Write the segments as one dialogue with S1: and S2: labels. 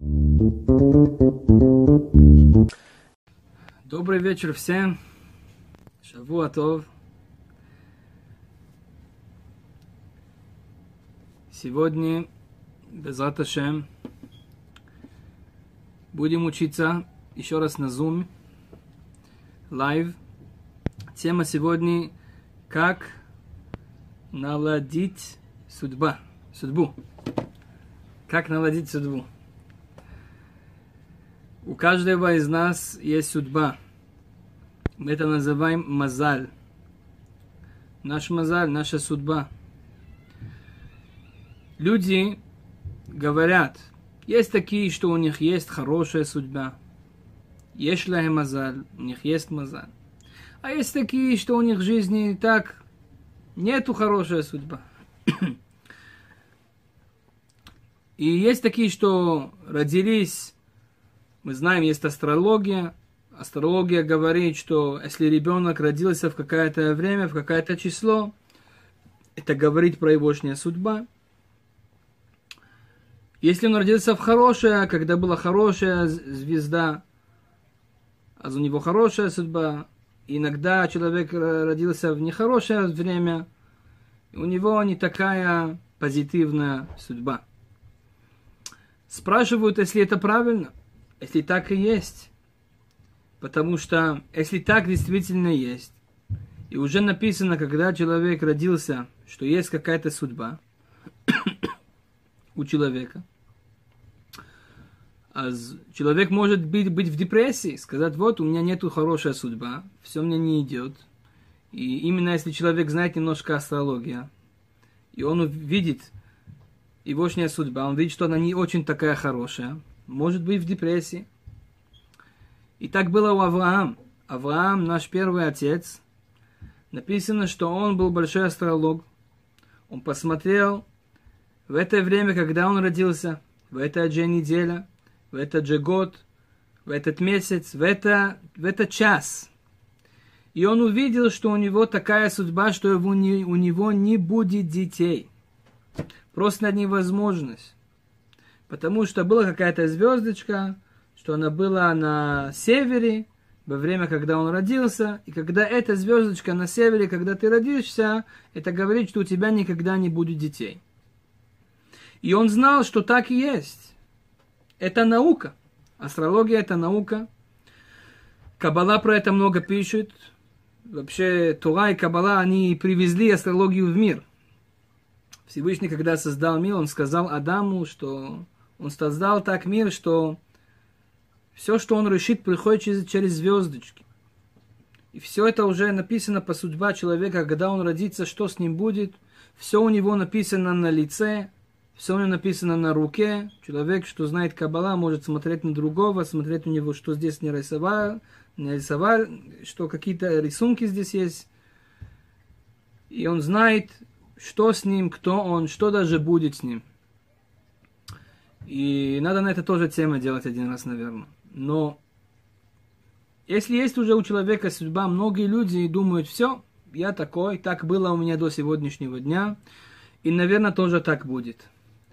S1: Добрый вечер всем. Шавуа тов. Сегодня, безат Ашем, будем учиться еще раз на Zoom, лайв. Тема сегодня — как наладить судьбу. Как наладить судьбу. У каждого из нас есть судьба. Мы это называем мазаль. Наш мазаль, наша судьба. Люди говорят, есть такие, что у них есть хорошая судьба. Есть ли мазаль, у них есть мазаль. А есть такие, что у них в жизни так нету хорошая судьба. И есть такие, что родились, мы знаем, есть астрология. Астрология говорит, что если ребенок родился в какое-то время, в какое-то число, это говорит про егошняя судьба. Если он родился в хорошее, когда была хорошая звезда, а у него хорошая судьба, иногда человек родился в нехорошее время, у него не такая позитивная судьба. Спрашивают, если это правильно, если так и есть. Потому что, если так действительно есть, и уже написано, когда человек родился, что есть какая-то судьба у человека, а человек может быть в депрессии, сказать, вот, у меня нету хорошая судьба, все мне не идет. И именно если человек знает немножко астрологию, и он видит егошняя судьба, он видит, что она не очень такая хорошая, может быть в депрессии. И так было у Авраама. Авраам, наш первый отец, написано, что он был большой астролог. Он посмотрел в это время, когда он родился, в это же неделя, в этот же год, в этот месяц, в этот час. И он увидел, что у него такая судьба, что у него не будет детей. Просто невозможность. Потому что была какая-то звездочка, что она была на севере, во время, когда он родился. И когда эта звездочка на севере, когда ты родишься, это говорит, что у тебя никогда не будет детей. И он знал, что так и есть. Это наука. Астрология — это наука. Каббала про это много пишет. Вообще, Тора и Каббала, они привезли астрологию в мир. Всевышний, когда создал мир, он сказал Адаму, что он создал так мир, что все, что он решит, приходит через звездочки. И все это уже написано по судьбе человека, когда он родится, что с ним будет. Все у него написано на лице, все у него написано на руке. Человек, что знает Каббала, может смотреть на другого, смотреть у него, что здесь не рисовал, что какие-то рисунки здесь есть. И он знает, что с ним, кто он, что даже будет с ним. И надо на это тоже тему делать один раз, наверное. Но если есть уже у человека судьба, многие люди думают, все, я такой, так было у меня до сегодняшнего дня, и, наверное, тоже так будет.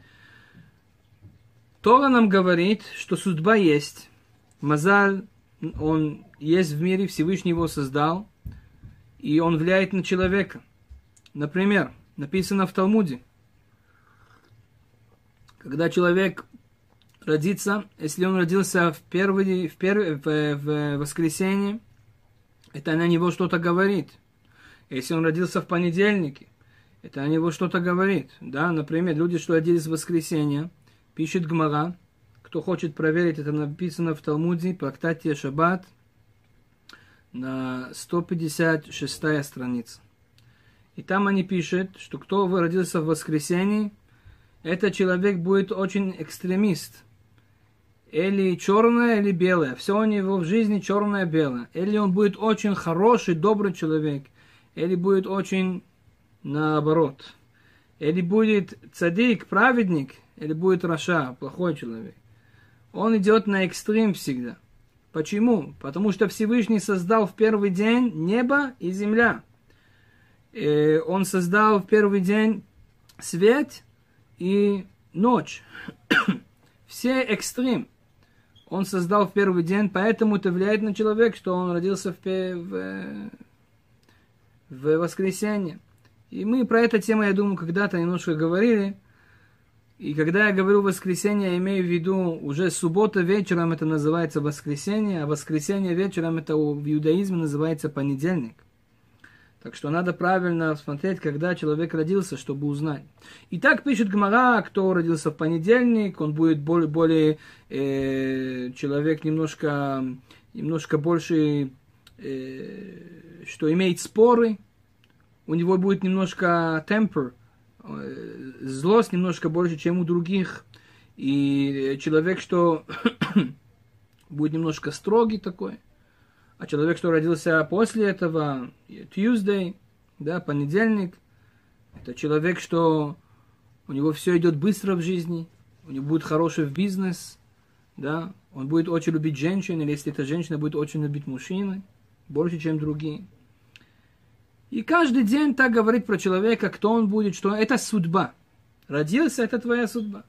S1: Тора нам говорит, что судьба есть. Мазаль, он есть в мире, Всевышний его создал, и он влияет на человека. Например, написано в Талмуде, когда человек родится, если он родился в воскресенье, это на него что-то говорит. Если он родился в понедельнике, это на него что-то говорит. Да, например, люди, что родились в воскресенье, пишет Гмара, кто хочет проверить, это написано в Талмуде, в трактате Шаббат, на 156 страница. И там они пишут, что кто родился в воскресенье, этот человек будет очень экстремист. Или черное, или белое. Все у него в жизни черное-белое. Или он будет очень хороший, добрый человек. Или будет очень наоборот. Или будет цадик, праведник. Или будет раша, плохой человек. Он идет на экстрем всегда. Почему? Потому что Всевышний создал в первый день небо и земля. И он создал в первый день свет и ночь. все экстрим он создал в первый день, поэтому это влияет на человека, что он родился в воскресенье. И мы про эту тему, я думаю, когда-то немножко говорили. И когда я говорю воскресенье, я имею в виду уже суббота вечером, это называется воскресенье, а воскресенье вечером это в иудаизме называется понедельник. Так что надо правильно смотреть, когда человек родился, чтобы узнать. И так пишет Гмара, кто родился в понедельник, он будет более человек немножко больше, что имеет споры, у него будет немножко темпер, злость немножко больше, чем у других. И человек, что будет немножко строгий такой. А человек, что родился после этого, Tuesday, да, понедельник, это человек, что у него все идет быстро в жизни, у него будет хороший в бизнес, да, он будет очень любить женщин, или если эта женщина будет очень любить мужчины, больше, чем другие. И каждый день так говорит про человека, кто он будет, что это судьба. Родился, это твоя судьба.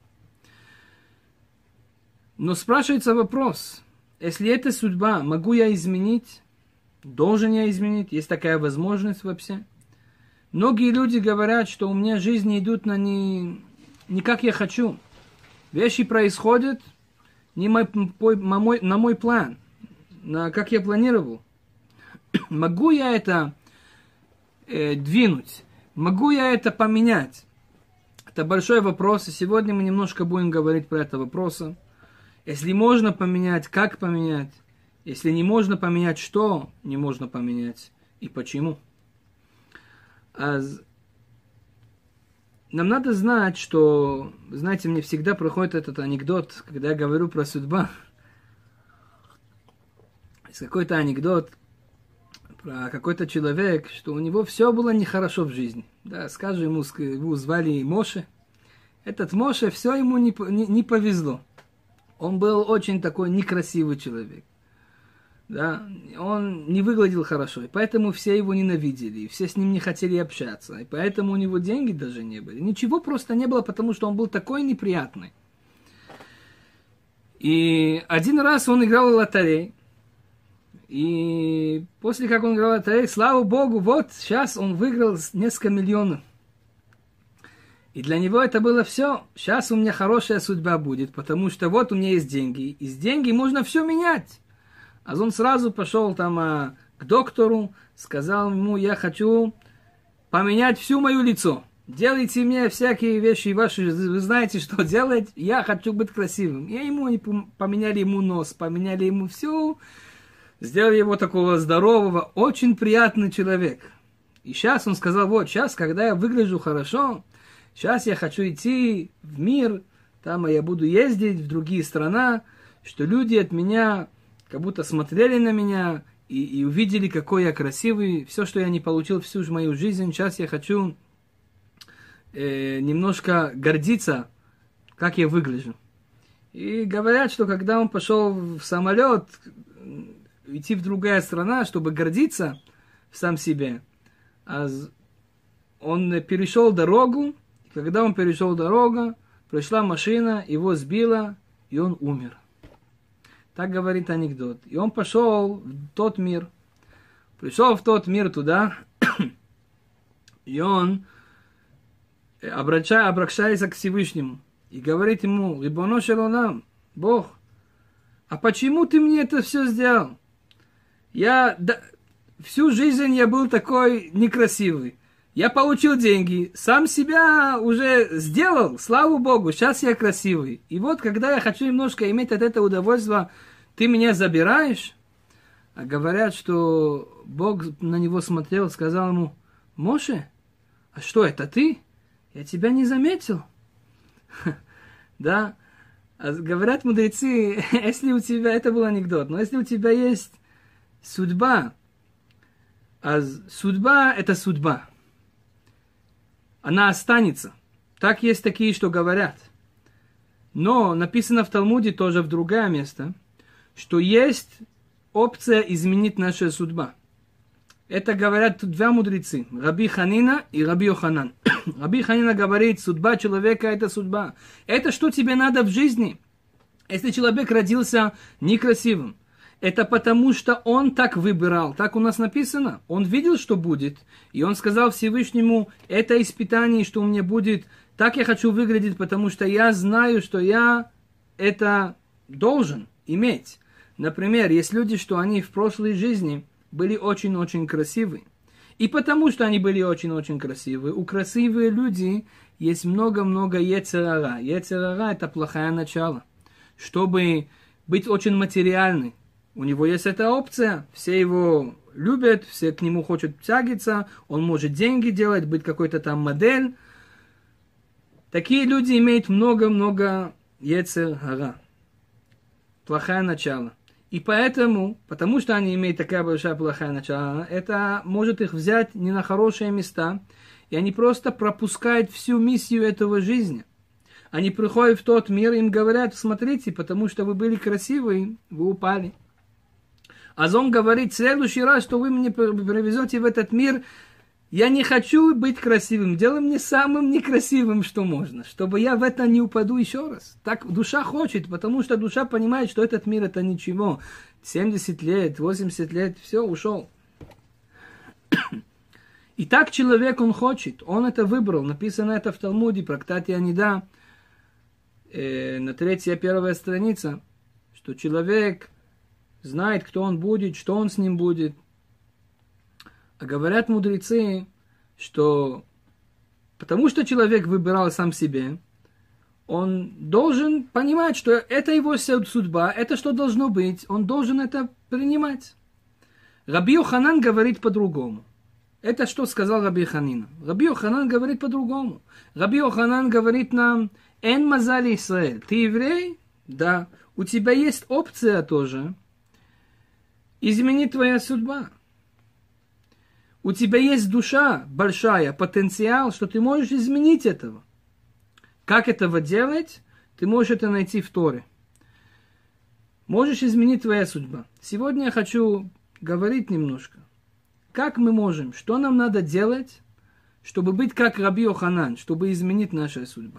S1: Но спрашивается вопрос, если это судьба, могу я изменить? Должен я изменить? Есть такая возможность вообще? Многие люди говорят, что у меня жизни идут не как я хочу. Вещи происходят не на мой план, как я планировал. Могу я это двинуть? Могу я это поменять? Это большой вопрос, и сегодня мы немножко будем говорить про это вопросы. Если можно поменять, как поменять? Если не можно поменять, что не можно поменять и почему? Нам надо знать, что, знаете, мне всегда проходит этот анекдот, когда я говорю про судьбу. Есть какой-то анекдот про какой-то человек, что у него все было нехорошо в жизни. Да, скажем, его звали Моше. Этот Моше, все ему не повезло. Он был очень такой некрасивый человек. Да? Он не выглядел хорошо, и поэтому все его ненавидели, и все с ним не хотели общаться, и поэтому у него деньги даже не были. Ничего просто не было, потому что он был такой неприятный. И один раз он играл в лотерею, и после как он играл в лотерею, слава Богу, вот сейчас он выиграл несколько миллионов. И для него это было все. Сейчас у меня хорошая судьба будет, потому что вот у меня есть деньги. И с деньги можно все менять. А он сразу пошел там к доктору, сказал ему, я хочу поменять всю мою лицо. Делайте мне всякие вещи ваши, вы знаете, что делать. Я хочу быть красивым. И ему поменяли ему нос, поменяли ему всю. Сделали его такого здорового, очень приятный человек. И сейчас он сказал, вот сейчас, когда я выгляжу хорошо, сейчас я хочу идти в мир, там я буду ездить в другие страны, что люди от меня как будто смотрели на меня и увидели, какой я красивый. Все, что я не получил всю мою жизнь, сейчас я хочу немножко гордиться, как я выгляжу. И говорят, что когда он пошел в самолет, идти в другая страна, чтобы гордиться сам себе, он перешел дорогу. Когда он перешел дорогу, пришла машина, его сбила, и он умер. Так говорит анекдот. И он пошел в тот мир. Пришел в тот мир туда, и он обращается к Всевышнему и говорит ему, Рибоно шел олам, Бог, а почему ты мне это все сделал? Всю жизнь я был такой некрасивый. Я получил деньги, сам себя уже сделал, слава Богу, сейчас я красивый. И вот, когда я хочу немножко иметь от этого удовольствия, ты меня забираешь? А говорят, что Бог на него смотрел, сказал ему, Моше, а что это ты? Я тебя не заметил. Да? Говорят мудрецы, если у тебя, это был анекдот, но если у тебя есть судьба, а судьба это судьба. Она останется. Так есть такие, что говорят. Но написано в Талмуде, тоже в другое место, что есть опция изменить нашу судьбу. Это говорят два мудрецы, Раби Ханина и Раби Йоханан. Раби Ханина говорит, судьба человека – это судьба. Это что тебе надо в жизни. Если человек родился некрасивым, это потому, что он так выбирал. Так у нас написано. Он видел, что будет. И он сказал Всевышнему, это испытание, что у меня будет. Так я хочу выглядеть, потому что я знаю, что я это должен иметь. Например, есть люди, что они в прошлой жизни были очень-очень красивые. И потому, что они были очень-очень красивые, у красивых людей есть много-много йецер ара. Йецер ара – это плохое начало. Чтобы быть очень материальным, у него есть эта опция. Все его любят, все к нему хотят тягаться, он может деньги делать, быть какой-то там модель. Такие люди имеют много-много йецер ара. Плохое начало. И поэтому, потому что они имеют такая большая плохая начало, это может их взять не на хорошие места, и они просто пропускают всю миссию этого жизни. Они приходят в тот мир, им говорят, смотрите, потому что вы были красивые, вы упали. А он говорит, в следующий раз, что вы мне привезете в этот мир, я не хочу быть красивым, делай мне самым некрасивым, что можно, чтобы я в это не упаду еще раз. Так душа хочет, потому что душа понимает, что этот мир это ничего. 70 лет, 80 лет, все, ушел. И так человек, он хочет, он это выбрал. Написано это в Талмуде, в трактате Анида, на 3-1 страница, что человек знает, кто он будет, что он с ним будет. А говорят мудрецы, что потому что человек выбирал сам себе, он должен понимать, что это его судьба, это что должно быть, он должен это принимать. Раби Йоханан говорит по-другому. Это что сказал Раби Йоханан? Раби Йоханан говорит по-другому. Раби Йоханан говорит нам, «Эн мазали Исраэль». Ты еврей? Да. У тебя есть опция тоже. Измени твоя судьба. У тебя есть душа большая, потенциал, что ты можешь изменить этого. Как этого делать? Ты можешь это найти в Торе. Можешь изменить твоя судьба. Сегодня я хочу говорить немножко. Как мы можем, что нам надо делать, чтобы быть как Раби Йоханан, чтобы изменить нашу судьбу.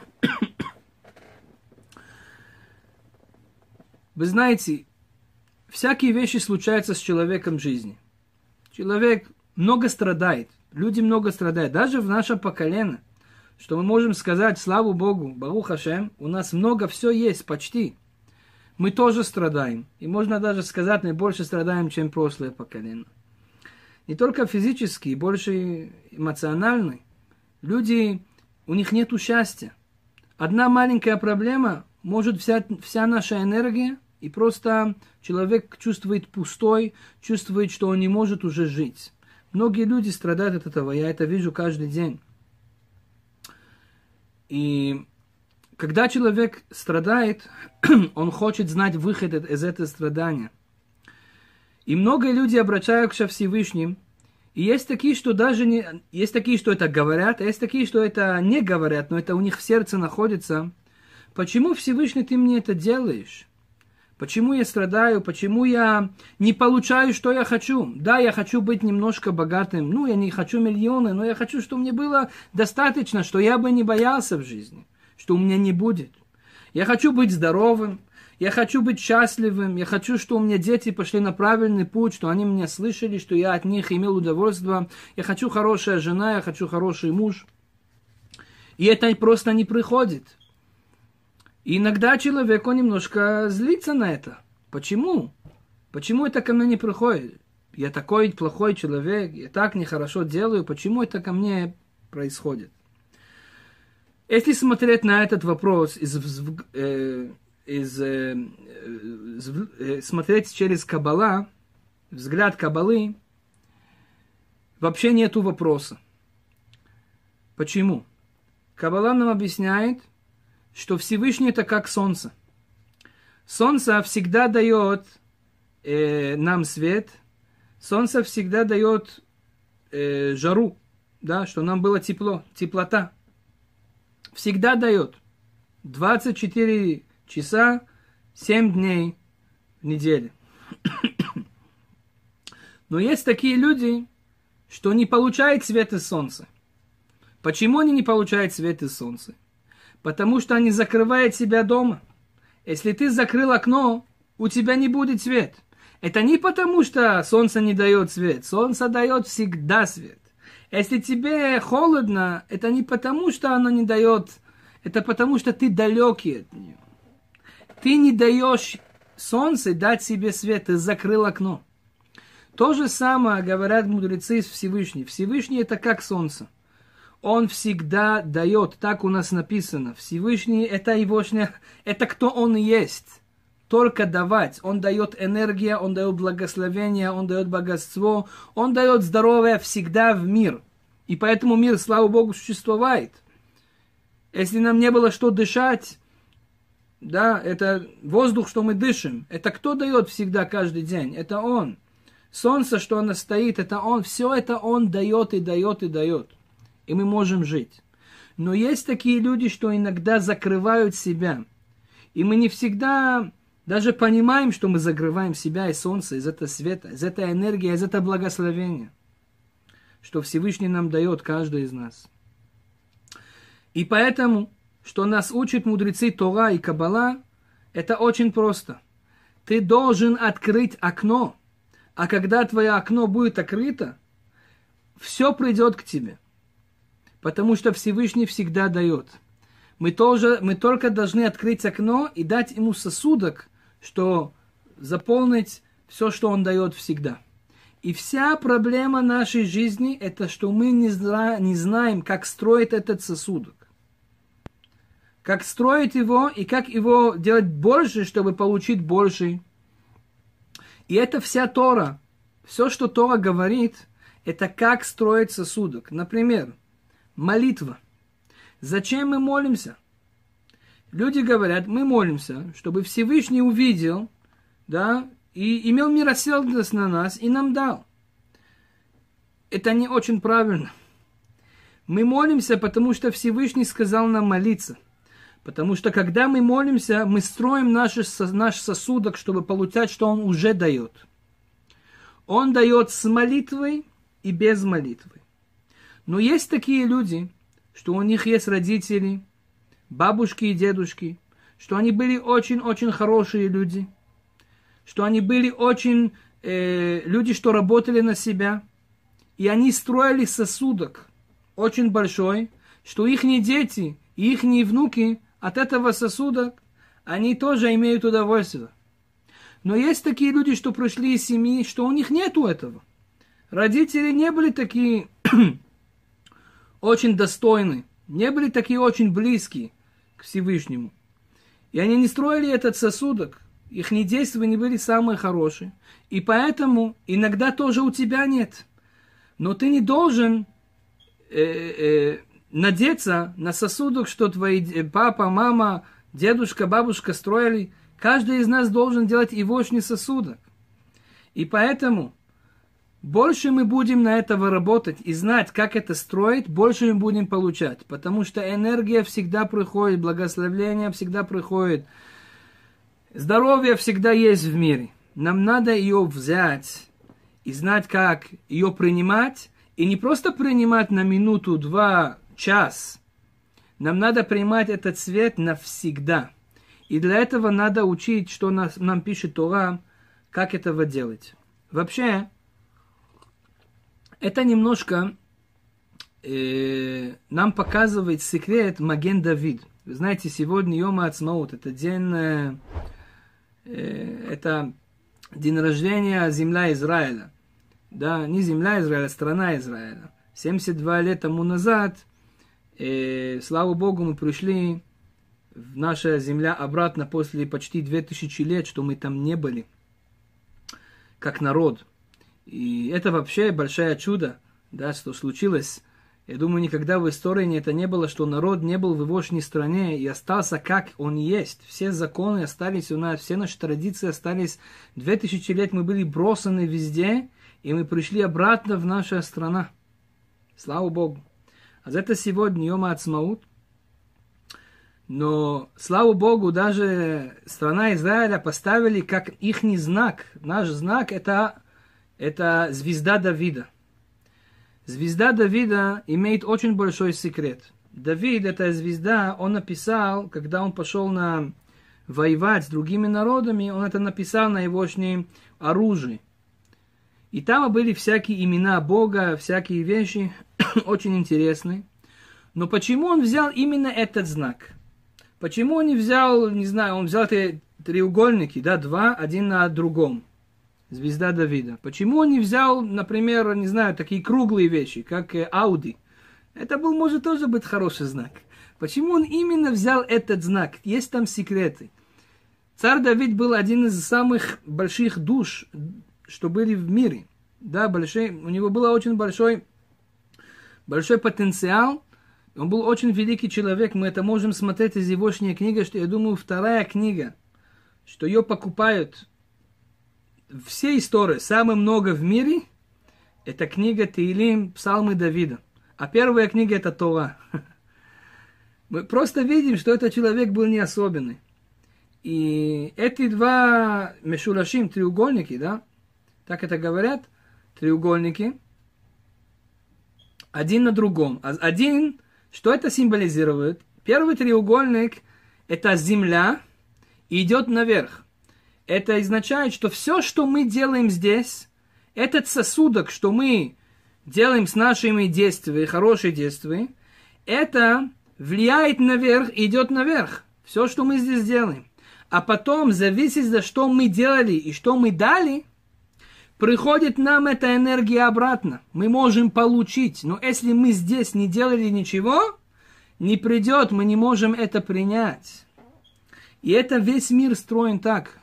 S1: Вы знаете, всякие вещи случаются с человеком в жизни. Человек много страдает, люди много страдают. Даже в нашем поколении, что мы можем сказать, слава Богу, Барух Хашем, у нас много все есть, почти. Мы тоже страдаем. И можно даже сказать, мы больше страдаем, чем прошлое поколение. Не только физически, больше эмоционально. Люди, у них нет счастья. Одна маленькая проблема может взять вся наша энергия, и просто человек чувствует пустой, чувствует, что он не может уже жить. Многие люди страдают от этого, я это вижу каждый день. И когда человек страдает, он хочет знать выход из этого страдания. И многие люди обращаются к Всевышнему. И есть такие, что даже не... Есть такие, что это говорят, а есть такие, что это не говорят, но это у них в сердце находится. Почему, Всевышний, ты мне это делаешь? Почему я страдаю? Почему я не получаю, что я хочу? Да, я хочу быть немножко богатым. Ну, я не хочу миллионы, но я хочу, чтобы мне было достаточно, что я бы не боялся в жизни, что у меня не будет. Я хочу быть здоровым. Я хочу быть счастливым, я хочу, чтобы у меня дети пошли на правильный путь, что они меня слышали, что я от них имел удовольствие. Я хочу хорошая жена, я хочу хороший муж. И это просто не приходит. И иногда человек, он немножко злится на это. Почему? Почему это ко мне не приходит? Я такой плохой человек, я так нехорошо делаю, почему это ко мне происходит? Если смотреть на этот вопрос смотреть через Каббала, взгляд Каббалы, вообще нету вопроса. Почему? Каббала нам объясняет, что Всевышний это как солнце. Солнце всегда дает нам свет, солнце всегда дает жару, да, что нам было тепло, теплота. Всегда дает 24 часа, 7 дней в неделю. Но есть такие люди, что не получают свет из солнца. Почему они не получают свет из солнца? Потому что они закрывают себя дома. Если ты закрыл окно, у тебя не будет свет. Это не потому, что солнце не дает свет. Солнце дает всегда свет. Если тебе холодно, это не потому, что оно не дает, это потому, что ты далекий от нее. Ты не даешь солнцу дать себе свет, ты закрыл окно. То же самое говорят мудрецы из Всевышнего. Всевышний это как солнце. Он всегда дает, так у нас написано. Всевышний это его, это кто он есть. Только давать. Он дает энергию, он дает благословение, он дает богатство, он дает здоровье всегда в мир. И поэтому мир, слава Богу, существует. Если нам не было что дышать, да, это воздух, что мы дышим. Это кто дает всегда, каждый день? Это он. Солнце, что оно стоит, это он. Все это он дает и дает и дает. И мы можем жить. Но есть такие люди, что иногда закрывают себя. И мы не всегда даже понимаем, что мы закрываем себя и солнце из этого света, из этой энергии, из этого благословения, что Всевышний нам дает, каждый из нас. И поэтому, что нас учат мудрецы Тора и Каббала, это очень просто. Ты должен открыть окно, а когда твое окно будет открыто, все придет к тебе. Потому что Всевышний всегда дает. Мы только должны открыть окно и дать ему сосудок, что заполнить все, что он дает всегда. И вся проблема нашей жизни, это что мы не знаем, как строить этот сосудок. Как строить его и как его делать больше, чтобы получить больше. И это вся Тора. Все, что Тора говорит, это как строить сосудок. Например, молитва. Зачем мы молимся? Люди говорят, мы молимся, чтобы Всевышний увидел, да, и имел милосердность на нас и нам дал. Это не очень правильно. Мы молимся, потому что Всевышний сказал нам молиться. Потому что когда мы молимся, мы строим наш сосудок, чтобы получать, что он уже дает. Он дает с молитвой и без молитвы. Но есть такие люди, что у них есть родители, бабушки и дедушки, что они были очень-очень хорошие люди, что они были очень люди, что работали на себя, и они строили сосудок очень большой, что их дети и их внуки от этого сосуда, они тоже имеют удовольствие. Но есть такие люди, что пришли из семьи, что у них нету этого. Родители не были такие очень достойны, не были такие очень близкие к Всевышнему. И они не строили этот сосудок, их действия не были самые хорошие. И поэтому иногда тоже у тебя нет. Но ты не должен надеяться на сосудок, что твои папа, мама, дедушка, бабушка строили. Каждый из нас должен делать егошний сосудок. И поэтому больше мы будем на этого работать и знать, как это строить, больше мы будем получать. Потому что энергия всегда приходит, благословение всегда приходит, здоровье всегда есть в мире. Нам надо ее взять и знать, как ее принимать. И не просто принимать на минуту, 2, час. Нам надо принимать этот свет навсегда. И для этого надо учить, что нам пишет Тора, как этого делать. Вообще, это немножко нам показывает секрет Маген Давид. Вы знаете, сегодня Йом Ацмаут, это день, это день рождения земля Израиля. Да, не земля Израиля, а страна Израиля. 72 лет тому назад, слава Богу, мы пришли в наша земля обратно после почти 2000 лет, что мы там не были, как народ. И это вообще большое чудо, да, что случилось. Я думаю, никогда в истории это не было, что народ не был в егошней стране и остался как он есть. Все законы остались у нас, все наши традиции остались. 2000 лет мы были бросаны везде, и мы пришли обратно в нашу страну. Слава Богу. А это сегодня Йом Ацмаут. Но, слава Богу, даже страна Израиля поставили как ихний знак. Наш знак это звезда Давида. Звезда Давида имеет очень большой секрет. Давид, эта звезда, он написал, когда он пошел в воевать с другими народами, он это написал на егошнем оружии. И там были всякие имена Бога, всякие вещи, очень интересные. Но почему он взял именно этот знак? Почему он не взял, не знаю, он взял эти треугольники, да, два, один на другом. Звезда Давида. Почему он не взял, например, не знаю, такие круглые вещи, как Ауди? Это был, может, тоже быть хороший знак. Почему он именно взял этот знак? Есть там секреты. Царь Давид был один из самых больших душ, что были в мире. Да, у него был очень большой потенциал. Он был очень великий человек. Мы это можем смотреть из егошней книги, что, я думаю, вторая книга, что ее покупают все истории, самое много в мире, это книга Теилим, Псалмы Давида. А первая книга это Тора. Мы просто видим, что этот человек был не особенный. И эти два мешулашим, треугольники, да, так это говорят, треугольники, один на другом. Один, что это символизирует? Первый треугольник это земля и идет наверх. Это означает, что все, что мы делаем здесь, этот сосудок, что мы делаем с нашими действиями, хорошие действия, это влияет наверх, идет наверх. Все, что мы здесь делаем. А потом, зависит, за что мы делали и что мы дали, приходит нам эта энергия обратно. Мы можем получить. Но если мы здесь не делали ничего, не придет, мы не можем это принять. И это весь мир строен так.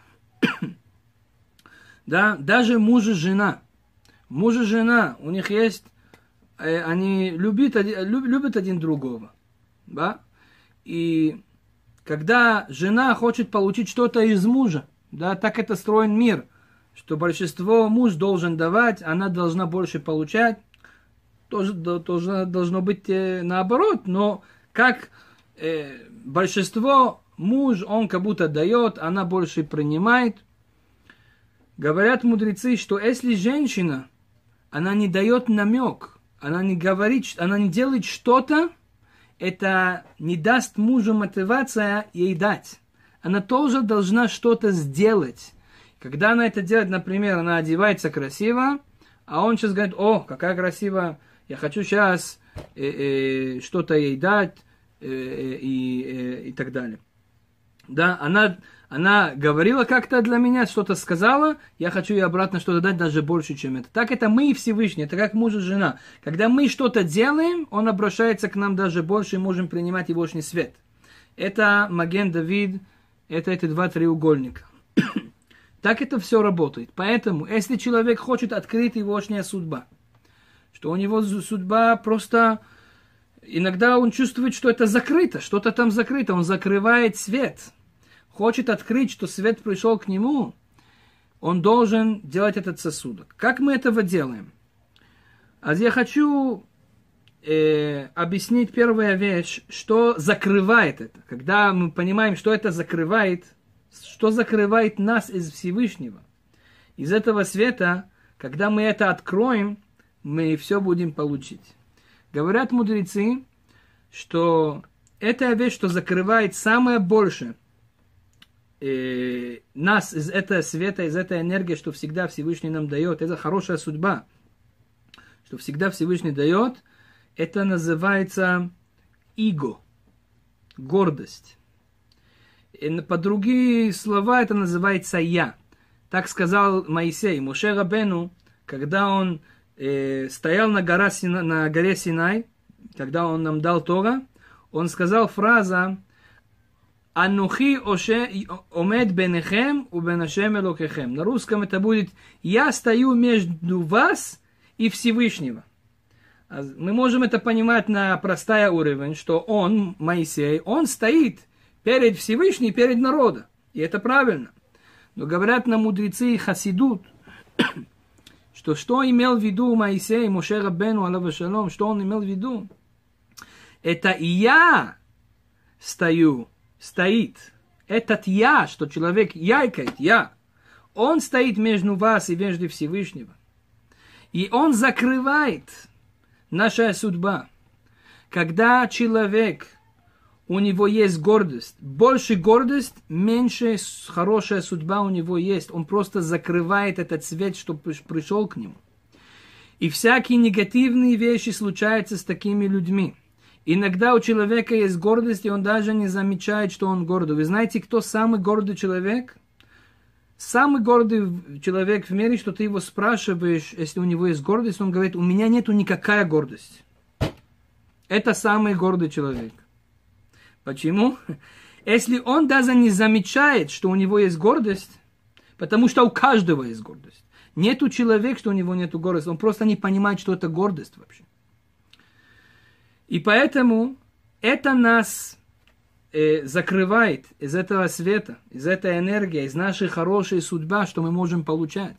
S1: Да, даже муж и жена. Муж и жена, у них есть, они любят один другого. Да? И когда жена хочет получить что-то из мужа, да, так это строен мир, что большинство муж должен давать, она должна больше получать, тоже должно быть наоборот, но как большинство муж, он как будто дает, она больше принимает. Говорят мудрецы, что если женщина, она не дает намек, она не говорит, она не делает что-то, это не даст мужу мотивация ей дать. Она тоже должна что-то сделать. Когда она это делает, например, она одевается красиво, а он сейчас говорит: о, какая красивая, я хочу сейчас что-то ей дать и так далее. Да, она говорила как-то для меня, что-то сказала, я хочу ей обратно что-то дать, даже больше, чем это. Так это мы и Всевышний, это как муж и жена. Когда мы что-то делаем, он обращается к нам даже больше, и можем принимать егошний свет. Это Маген Давид, это эти два треугольника. Так это все работает. Поэтому, если человек хочет открыть егошняя судьба, что у него судьба просто... Иногда он чувствует, что это закрыто, что-то там закрыто, он закрывает свет. Хочет открыть, что свет пришел к нему, он должен делать этот сосудок. Как мы этого делаем? А я хочу объяснить первая вещь, что закрывает это. Когда мы понимаем, что это закрывает, что закрывает нас из Всевышнего. Из этого света, когда мы это откроем, мы все будем получить. Говорят мудрецы, что это вещь, что закрывает самое большее нас из этого света, из этой энергии, что всегда Всевышний нам дает. Это хорошая судьба, что всегда Всевышний дает. Это называется иго, гордость. И по другие слова это называется я. Так сказал Моисей, Моше Рабену, когда он стоял на горе Синай, когда он нам дал Тора, он сказал фразу «Анухи омед бенехем у бенашем элокехем». На русском это будет «Я стою между вас и Всевышнего». Мы можем это понимать на простой уровень, что он, Моисей, он стоит перед Всевышним, перед народом. И это правильно. Но говорят нам мудрецы Хасидут, что имел в виду Моисей, Моше Раббену, алейхи шалом, что он имел в виду? Это я стоит. Этот я, что человек яйкает, я. Он стоит между вас и между Всевышнего. И он закрывает наша судьба. Когда человек, у него есть гордость. Больше гордость, меньше хорошая судьба у него есть. Он просто закрывает этот свет, чтобы пришел к нему. И всякие негативные вещи случаются с такими людьми. Иногда у человека есть гордость, и он даже не замечает, что он гордый. Вы знаете, кто самый гордый человек? Самый гордый человек в мире, что ты его спрашиваешь, если у него есть гордость, он говорит, у меня нету никакая гордость. Это самый гордый человек. Почему? Если он даже не замечает, что у него есть гордость, потому что у каждого есть гордость. Нету человека, что у него нету гордости. Он просто не понимает, что это гордость вообще. И поэтому это нас закрывает из этого света, из этой энергии, из нашей хорошей судьбы, что мы можем получать.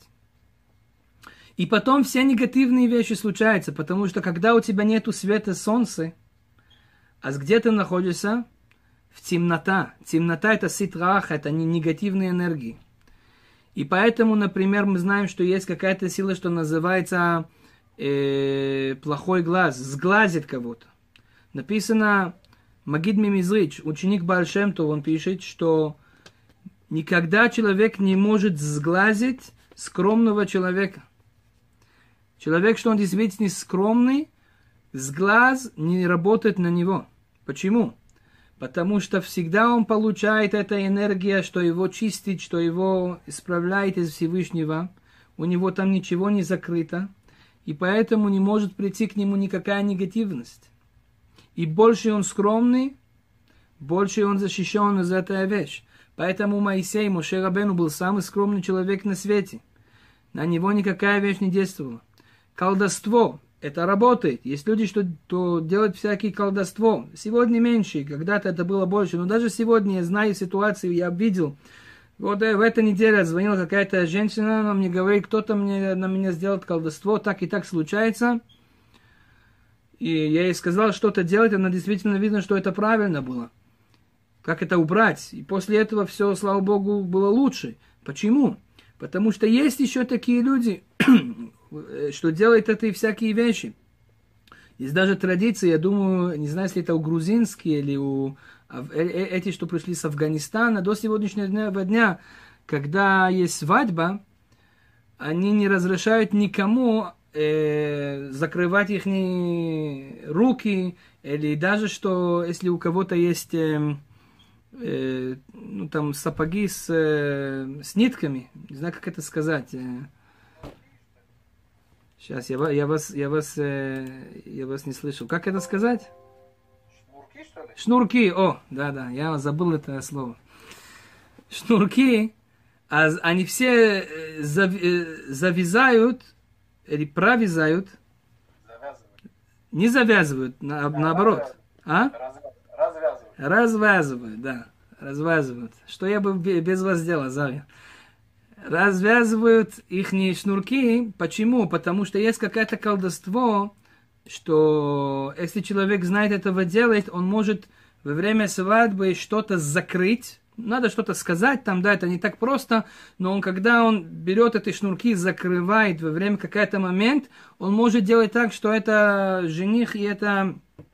S1: И потом все негативные вещи случаются, потому что когда у тебя нету света солнца, а где ты находишься? В темнота. Темнота это ситрах, это не негативные энергии. И поэтому, например, мы знаем, что есть какая-то сила, что называется плохой глаз, сглазит кого-то. Написано, Магид Мимизрич, ученик Бааль Шем Тов, он пишет, что никогда человек не может сглазить скромного человека. Человек, что он действительно скромный, сглаз не работает на него. Почему? Потому что всегда он получает эту энергию, что его чистит, что его исправляет из Всевышнего. У него там ничего не закрыто. И поэтому не может прийти к нему никакая негативность. И больше он скромный, больше он защищен из этой вещи. Поэтому Моисей, Моше Рабейну был самый скромный человек на свете. На него никакая вещь не действовала. Колдовство. Это работает. Есть люди, что делают всякие колдовство. Сегодня меньше, когда-то это было больше. Но даже сегодня я знаю ситуацию, я видел. Вот в этой неделе звонила какая-то женщина, она мне говорит, кто-то на меня сделал колдовство, так и так случается. И я ей сказал что-то делать, она действительно видно, что это правильно было. Как это убрать? И после этого все, слава Богу, было лучше. Почему? Потому что есть еще такие люди, что делают это всякие вещи. Есть даже традиции, я думаю, не знаю, если это у грузинские или у эти, что пришли с Афганистана, до сегодняшнего дня, когда есть свадьба, они не разрешают никому закрывать их руки, или даже, что если у кого-то есть там сапоги с нитками, не знаю, как это сказать. Сейчас, я вас не слышу. Как это сказать?
S2: Шнурки, что ли?
S1: Шнурки, да, я забыл это слово. Шнурки, они все завязают, или провязают.
S2: Завязывают.
S1: Не завязывают, наоборот. Развязывают, да. Развязывают. Что я бы без вас делал, Завья? Развязывают их шнурки. Почему? Потому что есть какое-то колдовство, что если человек знает этого делать, он может во время свадьбы что-то закрыть. Надо что-то сказать там, да, это не так просто, но когда он берет эти шнурки, закрывает во время какой-то момент, он может делать так, что это жених и это...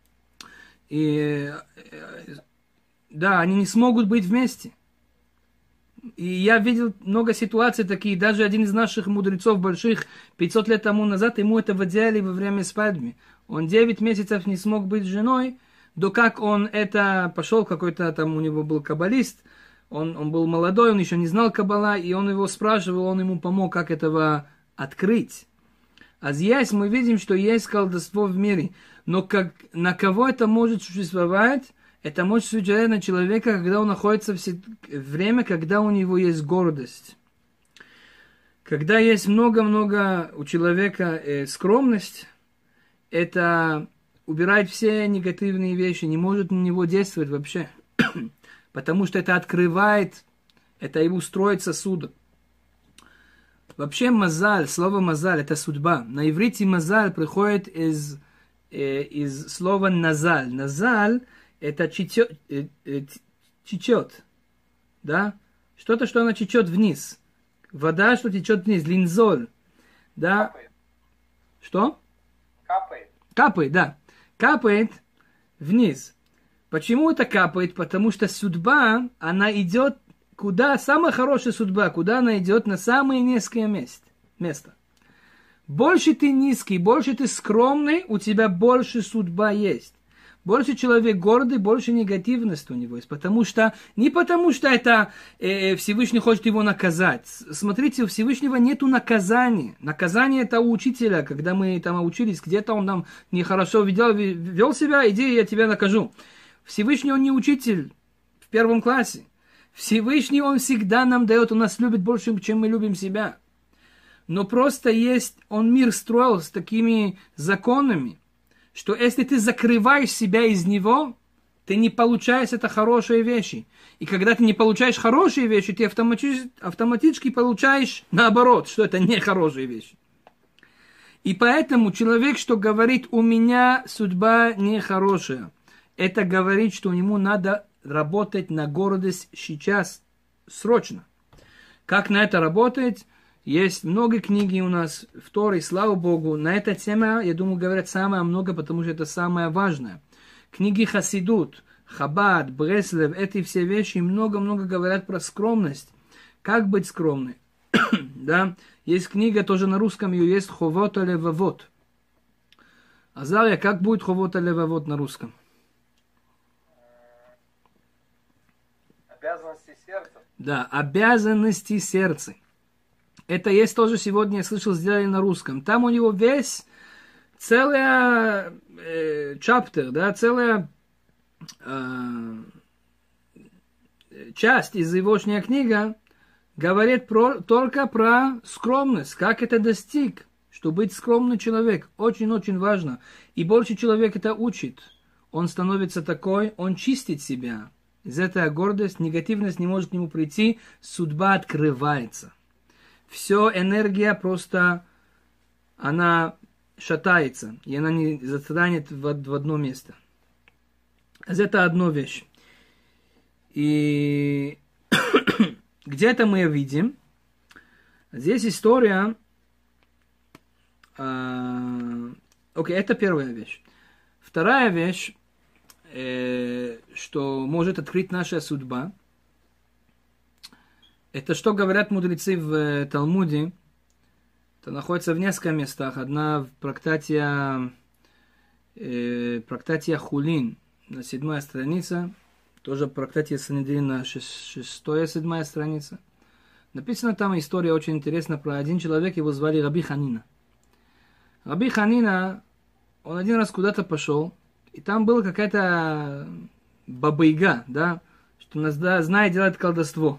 S1: да, они не смогут быть вместе. И я видел много ситуаций таких, даже один из наших мудрецов больших, 500 лет тому назад, ему это делали во время свадьбы. Он 9 месяцев не смог быть с женой, до как он это пошел, какой-то там у него был каббалист, он был молодой, он еще не знал каббала, и он его спрашивал, он ему помог, как этого открыть. А здесь мы видим, что есть колдовство в мире, но на кого это может существовать? Это может существовать на человека, когда он находится в время, когда у него есть гордость. Когда есть много-много у человека скромность, это убирает все негативные вещи, не может на него действовать вообще. Потому что это открывает, это ему строит сосуды. Вообще мазаль, слово мазаль, это судьба. На иврите мазаль приходит из слова назаль. Назаль это течет, да? Что-то, что она течет вниз. Вода, что течет вниз, линзоль, да?
S2: Капает.
S1: Что?
S2: Капает.
S1: Капает, да. Капает вниз. Почему это капает? Потому что судьба, она идет куда, самая хорошая судьба, куда она идет на самые низкие места. Больше ты низкий, больше ты скромный, у тебя больше судьба есть. Больше человек гордый, больше негативности у него есть. Не потому что это Всевышний хочет его наказать. Смотрите, у Всевышнего нету наказания. Наказание это у учителя, когда мы там учились, где-то он нам нехорошо вел себя, иди, я тебя накажу. Всевышний он не учитель в первом классе. Всевышний он всегда нам дает, он нас любит больше, чем мы любим себя. Но просто он мир строил с такими законами, что если ты закрываешь себя из него, ты не получаешь это хорошие вещи. И когда ты не получаешь хорошие вещи, ты автоматически получаешь наоборот, что это не хорошие вещи. И поэтому человек, что говорит, у меня судьба нехорошая, это говорит, что ему надо работать на гордость сейчас, срочно. Как на это работать? Есть много книги у нас в Торе, слава Богу. На эту тему, я думаю, говорят самое много, потому что это самое важное. Книги Хасидут, Хабад, Бреслев, эти все вещи много-много говорят про скромность. Как быть скромным? Да? Есть книга тоже на русском, ее есть Ховот алевавот. Азария, как будет Ховот алевавот на русском?
S2: Обязанности сердца.
S1: Да, обязанности сердца. Это есть тоже сегодня, я слышал, сделали на русском. Там у него весь целая чаптер, да, целая часть из егошняя книга говорит только про скромность, как это достиг, что быть скромным человек. Очень-очень важно. И больше человек это учит. Он становится такой, он чистит себя. Из этой гордости, негативность не может к нему прийти, судьба открывается. Все энергия просто, она шатается, и она не застанет в одно место. Это одна вещь. И где-то мы видим, здесь история, окей, это первая вещь. Вторая вещь, что может открыть наша судьба, это что говорят мудрецы в Талмуде. Это находится в нескольких местах. Одна в трактате Хулин на 7 странице. Тоже в трактате Санедрин на 6-7 страница. Написана там история очень интересная про один человек, его звали Раби Ханина. Раби Ханина, он один раз куда-то пошел, и там была какая-то баба-яга, да, что она знает делать колдовство.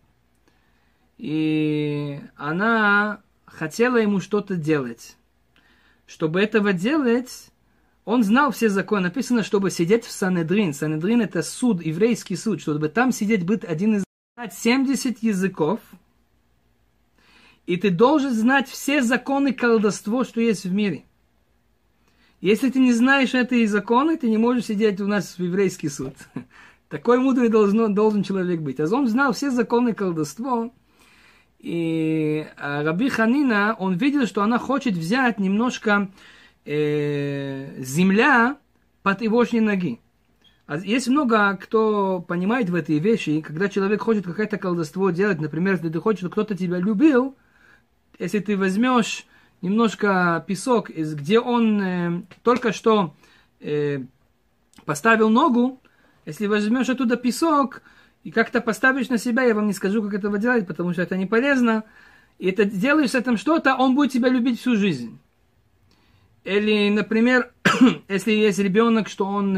S1: И она хотела ему что-то делать. Чтобы этого делать, он знал все законы. Написано, чтобы сидеть в Санедрин. Санедрин это суд, еврейский суд. Чтобы там сидеть, быть один из 70 языков. И ты должен знать все законы колдовства, что есть в мире. Если ты не знаешь эти законы, ты не можешь сидеть у нас в еврейский суд. Такой мудрый должен человек быть. А он знал все законы колдовства. И Раби Ханина, он видел, что она хочет взять немножко земля под егошние ноги. Есть много, кто понимает в эти вещи, когда человек хочет какое-то колдовство делать, например, если ты хочешь, чтобы кто-то тебя любил, если ты возьмешь немножко песок, где он только что поставил ногу, если возьмешь оттуда песок, и как-то поставишь на себя, я вам не скажу, как этого делать, потому что это не полезно. И это делаешь с этим что-то, он будет тебя любить всю жизнь. Или, например, если есть ребенок, что он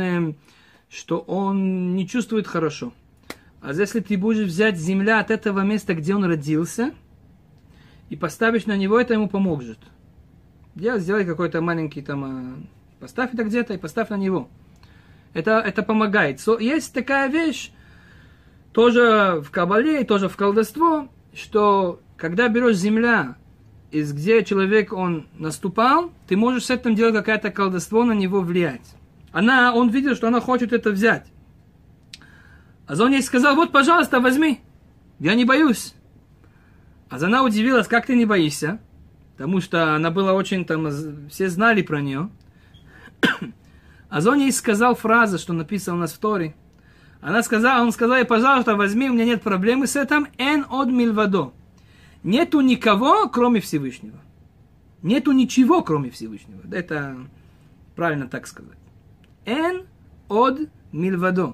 S1: не чувствует хорошо. А если ты будешь взять земля от этого места, где он родился, и поставишь на него, это ему поможет. Сделай какой-то маленький там, поставь это где-то и поставь на него. Это помогает. Есть такая вещь, тоже в Кабале, тоже в колдовство, что когда берешь земля, из где человек он наступал, ты можешь с этим делать какое-то колдовство, на него влиять. Он видел, что она хочет это взять. А он ей сказал, вот, пожалуйста, возьми, я не боюсь. А она удивилась, как ты не боишься, потому что она была очень, там, все знали про нее. Азоний сказал фразу, что написано у нас в Торе. Он сказал, пожалуйста, возьми, у меня нет проблемы с этим. Эн од мильвадо. Нету никого, кроме Всевышнего. Нету ничего, кроме Всевышнего. Это правильно так сказать. Эн од мильвадо.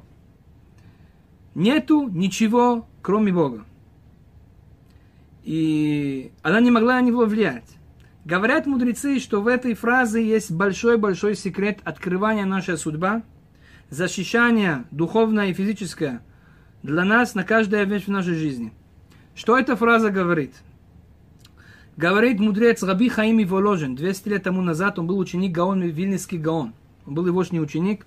S1: Нету ничего, кроме Бога. И она не могла на него влиять. Говорят мудрецы, что в этой фразе есть большой-большой секрет открывания нашей судьбы, защищания духовное и физическое для нас на каждая вещь в нашей жизни. Что эта фраза говорит? Говорит мудрец Раби Хаим Воложин. 200 лет тому назад он был ученик Гаон, Вильнинский Гаон. Он был егошний ученик.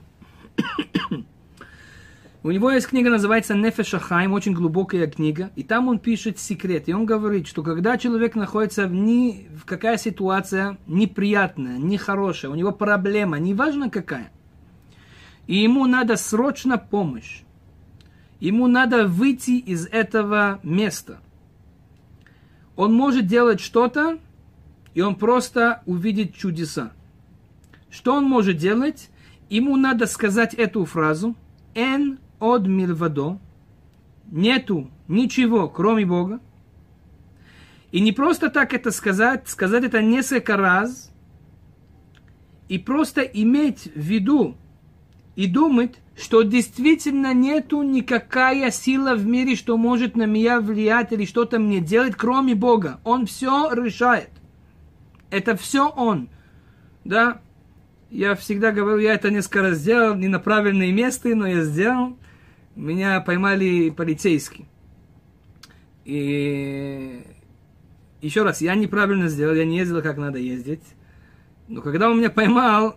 S1: У него есть книга, называется Нефеш Хаим, очень глубокая книга. И там он пишет секрет. И он говорит, что когда человек находится в какая ситуация неприятная, нехорошая, у него проблема, неважно какая, и ему надо срочно помощь, ему надо выйти из этого места, он может делать что-то, и он просто увидит чудеса. Что он может делать? Ему надо сказать эту фразу «Эн од мильвадо», нету ничего, кроме Бога. И не просто так это сказать это несколько раз, и просто иметь в виду и думать, что действительно нету никакая сила в мире, что может на меня влиять или что-то мне делать, кроме Бога. Он все решает. Это все Он. Да? Я всегда говорю, я это несколько раз сделал, не на правильное место, но я сделал. Меня поймали полицейские. И еще раз, я неправильно сделал, я не ездил, как надо ездить. Но когда он меня поймал,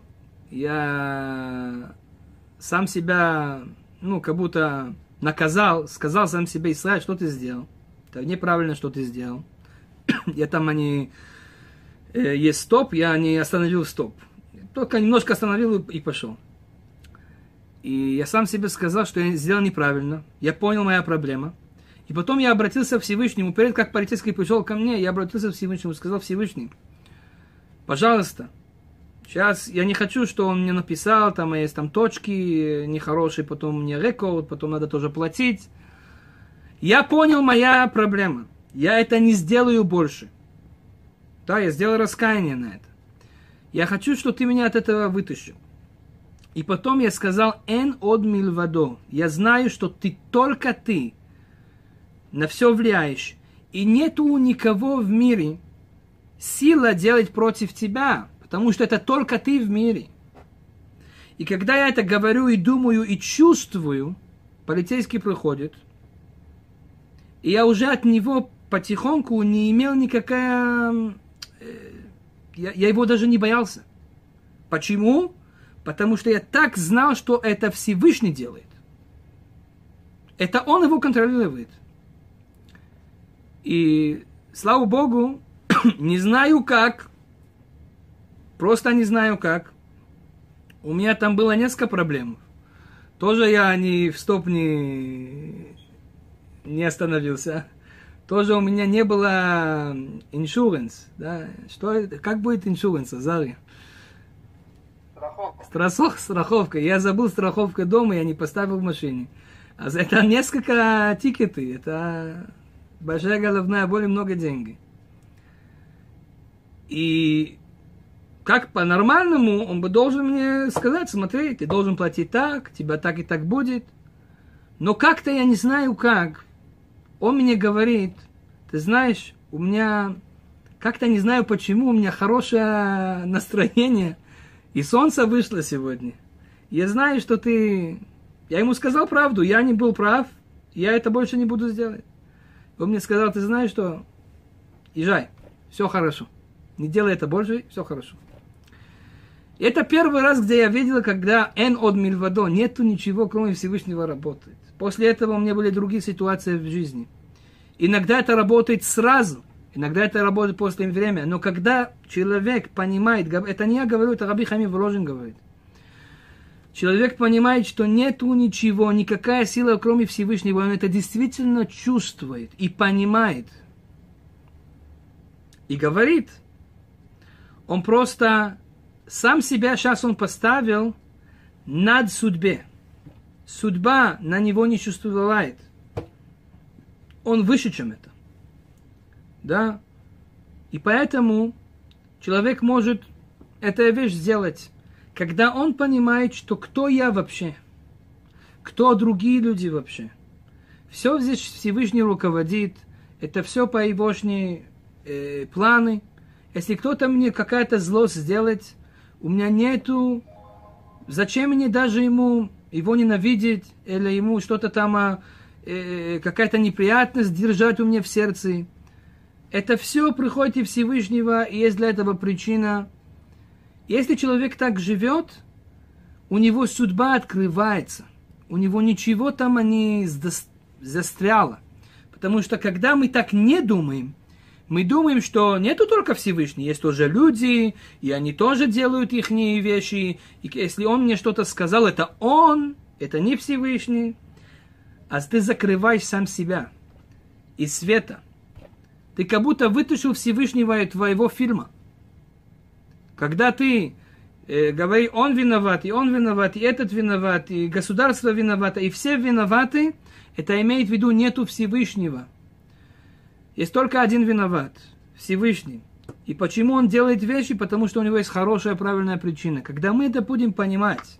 S1: я сам себя, как будто наказал, сказал сам себе: Исраиль, что ты сделал? Это неправильно, что ты сделал. Я там есть стоп, я не остановил стоп. Только немножко остановил и пошел. И я сам себе сказал, что я сделал неправильно. Я понял моя проблема. И потом я обратился к Всевышнему. Перед как полицейский пришел ко мне, я обратился к Всевышнему, сказал: Всевышний, пожалуйста, сейчас я не хочу, что он мне написал, там есть там точки нехорошие, потом мне рекорд, потом надо тоже платить. Я понял моя проблема. Я это не сделаю больше. Да, я сделал раскаяние на это. Я хочу, чтобы ты меня от этого вытащил. И потом я сказал: «Эн од мильвадо». Я знаю, что только ты на все влияешь. И нету никого в мире сила делать против тебя, потому что это только ты в мире. И когда я это говорю и думаю, и чувствую, полицейский приходит, и я уже от него потихоньку не имел никакая... Я его даже не боялся. Почему? Потому что я так знал, что это Всевышний делает. Это он его контролирует. И, слава Богу, не знаю как, просто не знаю как. У меня там было несколько проблем. Тоже я в стоп не остановился. Тоже у меня не было insurance. Да? Как будет insurance, Азария? Страховка. Я забыл страховку дома, я не поставил в машине. А это несколько тикетов. Это большая головная боль и много денег. И как по-нормальному он бы должен мне сказать: смотри, ты должен платить так, тебя так и так будет. Но как-то я не знаю как. Он мне говорит: ты знаешь, у меня, как-то не знаю почему, у меня хорошее настроение, и солнце вышло сегодня. Я знаю, что ты... Я ему сказал правду, я не был прав, я это больше не буду делать. Он мне сказал: ты знаешь что, езжай, все хорошо. Не делай это больше, все хорошо. И это первый раз, где я видел, когда «эн од мильвадо», нету ничего, кроме Всевышнего, работает. После этого у меня были другие ситуации в жизни. Иногда это работает сразу, иногда это работает после времени. Но когда человек понимает, это не я говорю, это Раби Хаим Воложин говорит. Человек понимает, что нету ничего, никакая сила, кроме Всевышнего, он это действительно чувствует и понимает. И говорит, он просто сам себя сейчас он поставил над судьбе. Судьба на него не существует. Он выше, чем это. Да? И поэтому человек может эту вещь сделать, когда он понимает, что кто я вообще, кто другие люди вообще. Все здесь Всевышний руководит, это все по его планы. Если кто-то мне какая-то злость сделает, у меня нету, зачем мне даже его ненавидеть, или ему что-то там, какая-то неприятность держать у меня в сердце. Это все приходит из Всевышнего, и есть для этого причина. Если человек так живет, у него судьба открывается, у него ничего там не застряло. Потому что когда мы так не думаем, мы думаем, что нету только Всевышний, есть тоже люди, и они тоже делают их вещи. И если он мне что-то сказал, это он, это не Всевышний. А ты закрываешь сам себя из света. Ты как будто вытащил Всевышнего из твоего фильма. Когда ты говоришь, он виноват, и этот виноват, и государство виновато, и все виноваты, это имеет в виду нету Всевышнего. Есть только один виноват, Всевышний. И почему он делает вещи? Потому что у него есть хорошая, правильная причина. Когда мы это будем понимать,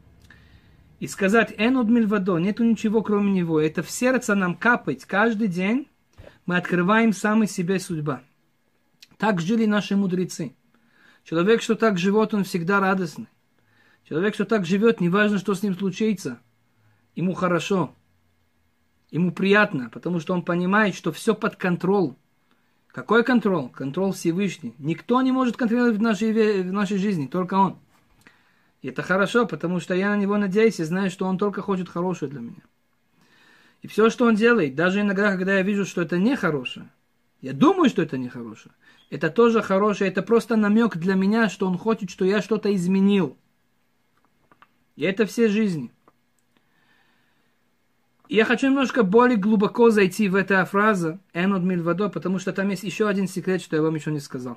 S1: и сказать, «Эн од мильвадо», нету ничего кроме него, это в сердце нам капает каждый день, мы открываем сами себе судьба. Так жили наши мудрецы. Человек, что так живет, он всегда радостный. Человек, что так живет, неважно, что с ним случится, ему хорошо, ему приятно, потому что он понимает, что все под контролем. Какой контроль? Контроль Всевышний. Никто не может контролировать в нашей жизни, только он. И это хорошо, потому что я на него надеюсь и знаю, что он только хочет хорошее для меня. И все, что он делает, даже иногда, когда я вижу, что это нехорошее, я думаю, что это нехорошее, это тоже хорошее, это просто намек для меня, что он хочет, что я что-то изменил. И это все жизни. И я хочу немножко более глубоко зайти в эту фразу «Эн од мильвадо», потому что там есть еще один секрет, что я вам еще не сказал.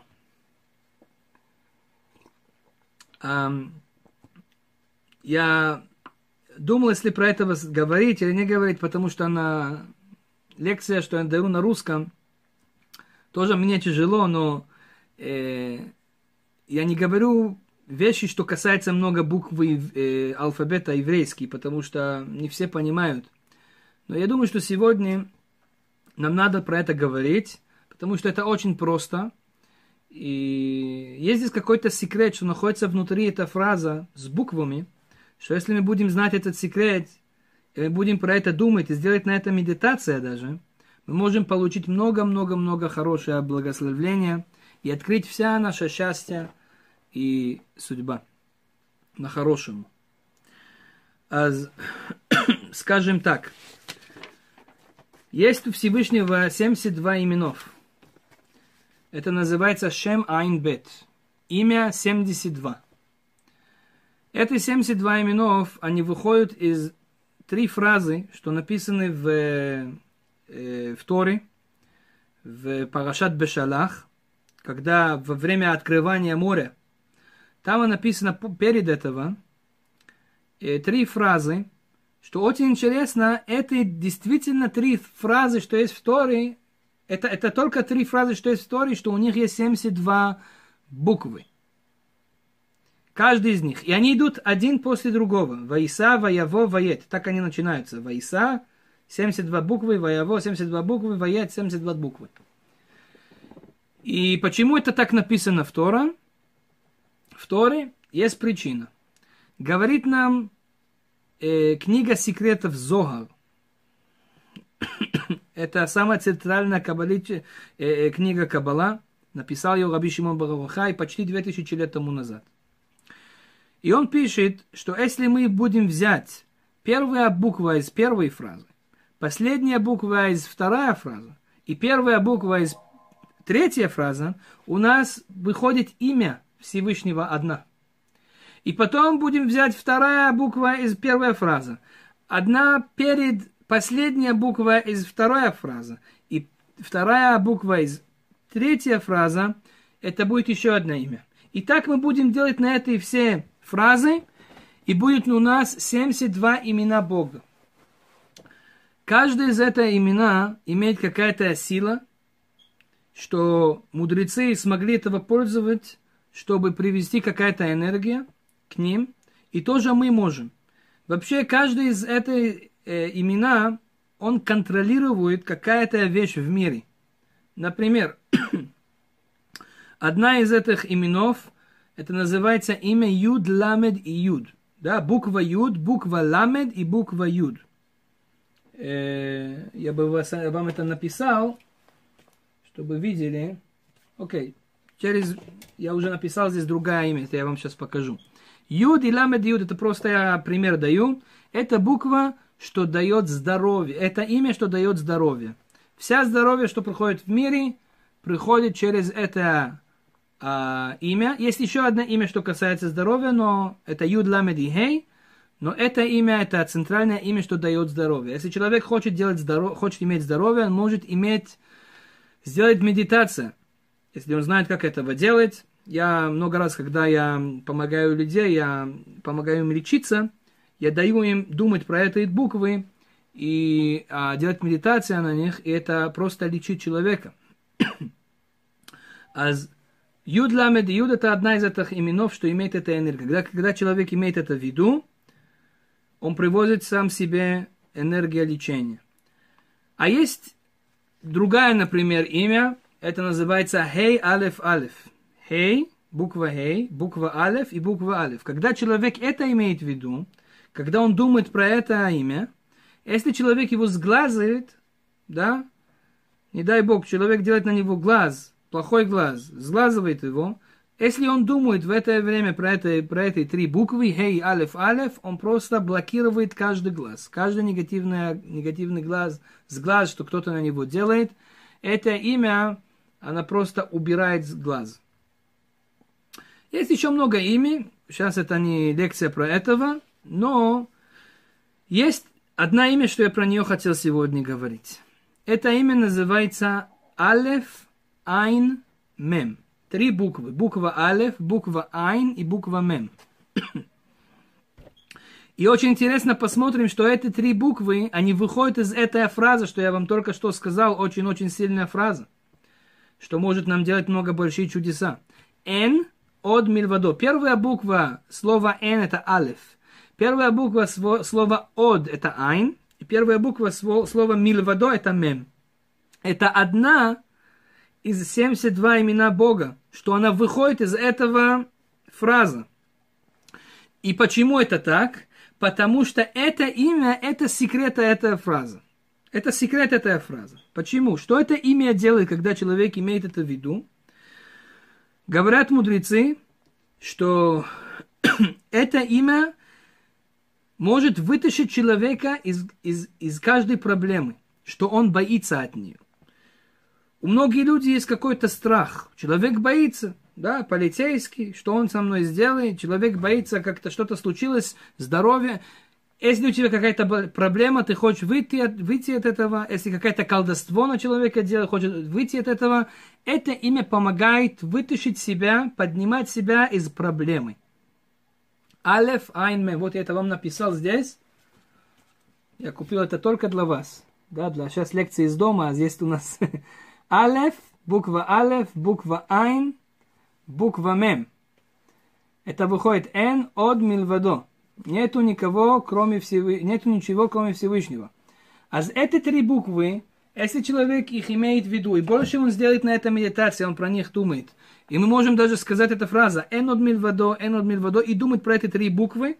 S1: Я думал, если про это говорить или не говорить, потому что на лекция, что я даю на русском, тоже мне тяжело, но я не говорю вещи, что касается много букв алфавита еврейский, потому что не все понимают. Но я думаю, что сегодня нам надо про это говорить, потому что это очень просто. И есть здесь какой-то секрет, что находится внутри эта фраза с буквами, что если мы будем знать этот секрет, и мы будем про это думать и сделать на это медитация даже, мы можем получить много-много-много хорошего благословения и открыть вся наше счастье и судьба на хорошему. Скажем так, есть у Всевышнего 72 именов. Это называется Шем Айн Бет. Имя 72. Эти 72 именов, они выходят из 3 фразы, что написаны в Торе, в Парашат Бешалах, когда во время открывания моря, там написано перед этого 3 фразы, что очень интересно, это действительно 3 фразы, что есть в Торе, это только 3 фразы, что есть в Торе, что у них есть 72 буквы. Каждый из них. И они идут один после другого. Ваиса, Ваяво, Вает. Так они начинаются. Ваиса, 72 буквы, Ваяво, 72 буквы, Вает, 72 буквы. И почему это так написано в Торе? В Торе есть причина. Говорит нам книга секретов Зогар. Это самая центральная книга Каббала. Написал ее Раби Шимон бар Йохай почти 2000 лет тому назад. И он пишет, что если мы будем взять первая буква из первой фразы, последняя буква из второй фразы и первая буква из третьей фразы, у нас выходит имя Всевышнего одна. И потом будем взять вторая буква из первой фразы. Одна перед последняя буква из второй фразы. И вторая буква из третьей фразы, это будет еще одно имя. И так мы будем делать на этой все фразы. И будет у нас 72 имена Бога. Каждое из этих имена имеет какая-то сила, что мудрецы смогли этого пользоваться, чтобы привести какая-то энергия к ним. И тоже мы можем. Вообще, каждый из этих имена, он контролирует какая-то вещь в мире. Например, одна из этих именов, это называется имя Юд, Ламед и Юд. Да, буква Юд, буква Ламед и буква Юд. Я бы вам это написал, чтобы видели. Окей. Я уже написал здесь другое имя, это я вам сейчас покажу. Юд и Ламед Юд, это просто я пример даю. Это буква, что дает здоровье. Это имя, что дает здоровье. Вся здоровье, что приходит в мире, приходит через это имя. Есть еще одно имя, что касается здоровья, но это Юд, Ламед и Хей. Но это имя, это центральное имя, что дает здоровье. Если человек хочет иметь здоровье, он может сделать медитацию. Если он знает, как этого делать. Я много раз, когда я помогаю людям, я помогаю им лечиться, я даю им думать про эти буквы и делать медитацию на них, и это просто лечит человека. Юд, Ламед и Юд — это одна из этих именов, что имеет эта энергия. Когда человек имеет это в виду, он приводит сам себе энергию лечения. А есть другая, например, имя, это называется Хей, Алеф, Алеф. Хей, буква Хей, буква Алеф и буква Алеф. Когда человек это имеет в виду, когда он думает про это имя, если человек его сглазывает, да, не дай Бог, человек делает на него глаз, плохой глаз, сглазывает его, если он думает в это время про эти три буквы, Хей, Алеф, Алеф, он просто блокирует каждый глаз. Каждый негативный глаз, что кто-то на него делает, это имя, она просто убирает глаз. Есть еще много имен, сейчас это не лекция про этого, но есть одно имя, что я про нее хотел сегодня говорить. Это имя называется Алеф, Айн, Мем. 3 буквы. Буква Алеф, буква Айн и буква Мем. И очень интересно посмотрим, что эти 3 буквы, они выходят из этой фразы, что я вам только что сказал, очень-очень сильная фраза, что может нам делать много большие чудеса. Н от мильвадо. Первая буква слова Н это Алеф. Первая буква слова Од это Айн. И первая буква слова мильвадо это Мем. Это одна из 72 имена Бога, что она выходит из этого фразы. И почему это так? Потому что это имя, это секрет этой фразы. Это секрет этой фразы. Почему? Что это имя делает, когда человек имеет это в виду? Говорят мудрецы, что это имя может вытащить человека из каждой проблемы, что он боится от нее. У многих людей есть какой-то страх. Человек боится, да, полицейский, что он со мной сделает. Человек боится, как-то что-то случилось, здоровье. Если у тебя какая-то проблема, ты хочешь выйти от этого. Если какое-то колдовство на человека делает, хочет выйти от этого. Это имя помогает вытащить себя, поднимать себя из проблемы. Алеф, Айн, Мем. Вот я это вам написал здесь. Я купил это только для вас. Да, для сейчас лекции из дома, а здесь у нас... Алеф, буква Айн, буква Мем. Это выходит Н от мильвадо. Нету ничего, кроме Всевышнего. А эти 3 буквы, если человек их имеет в виду, и больше он сделает на это медитацию, он про них думает. И мы можем даже сказать эту фразу Н от мильвадо, и думать про эти 3 буквы.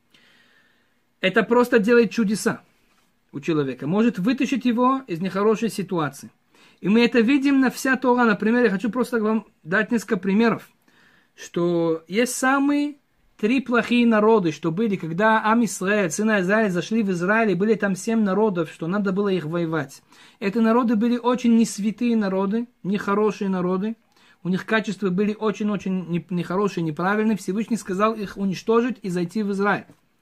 S1: Это просто делает чудеса у человека. Может вытащить его из нехорошей ситуации. И мы это видим на вся Тора. Например, я хочу просто вам дать несколько примеров, что есть самые 3 плохие народы, что были, когда Ам Исраэль, сыны Израиля, зашли в Израиль, и были там 7 народов, что надо было их воевать. Эти народы были очень несвятые народы, нехорошие народы. У них качества были очень-очень нехорошие, неправильные. Всевышний сказал их уничтожить и зайти в Израиль.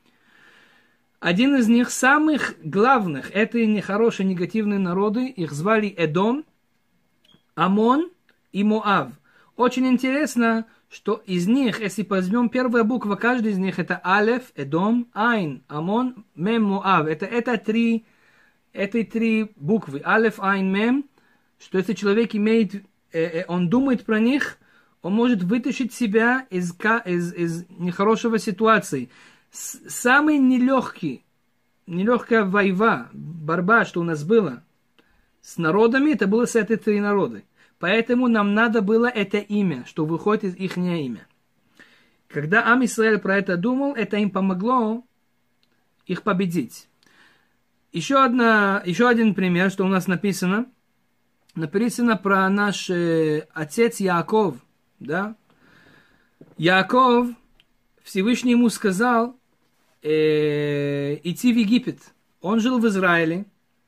S1: Один из них, самых главных, это нехорошие, негативные народы, их звали Эдом, Амон и Моав. Очень интересно, что из них, если возьмем первая буква, каждый из них это Алеф, Эдом, Айн, Амон, Мем, Муав. Это три буквы. Алеф, Айн, Мем. Что если человек имеет, он думает про них, он может вытащить себя из нехорошего ситуации. Самый нелегкая борьба, что у нас была с народами, это было с этой три народы. Поэтому нам надо было это имя, что выходит из их имя. Когда Ам Исраэль про это думал, это им помогло их победить. Еще один пример, что у нас написано. Написано про наш отец Яаков. Да? Яаков, Всевышний ему сказал идти в Египет. Он жил в Израиле.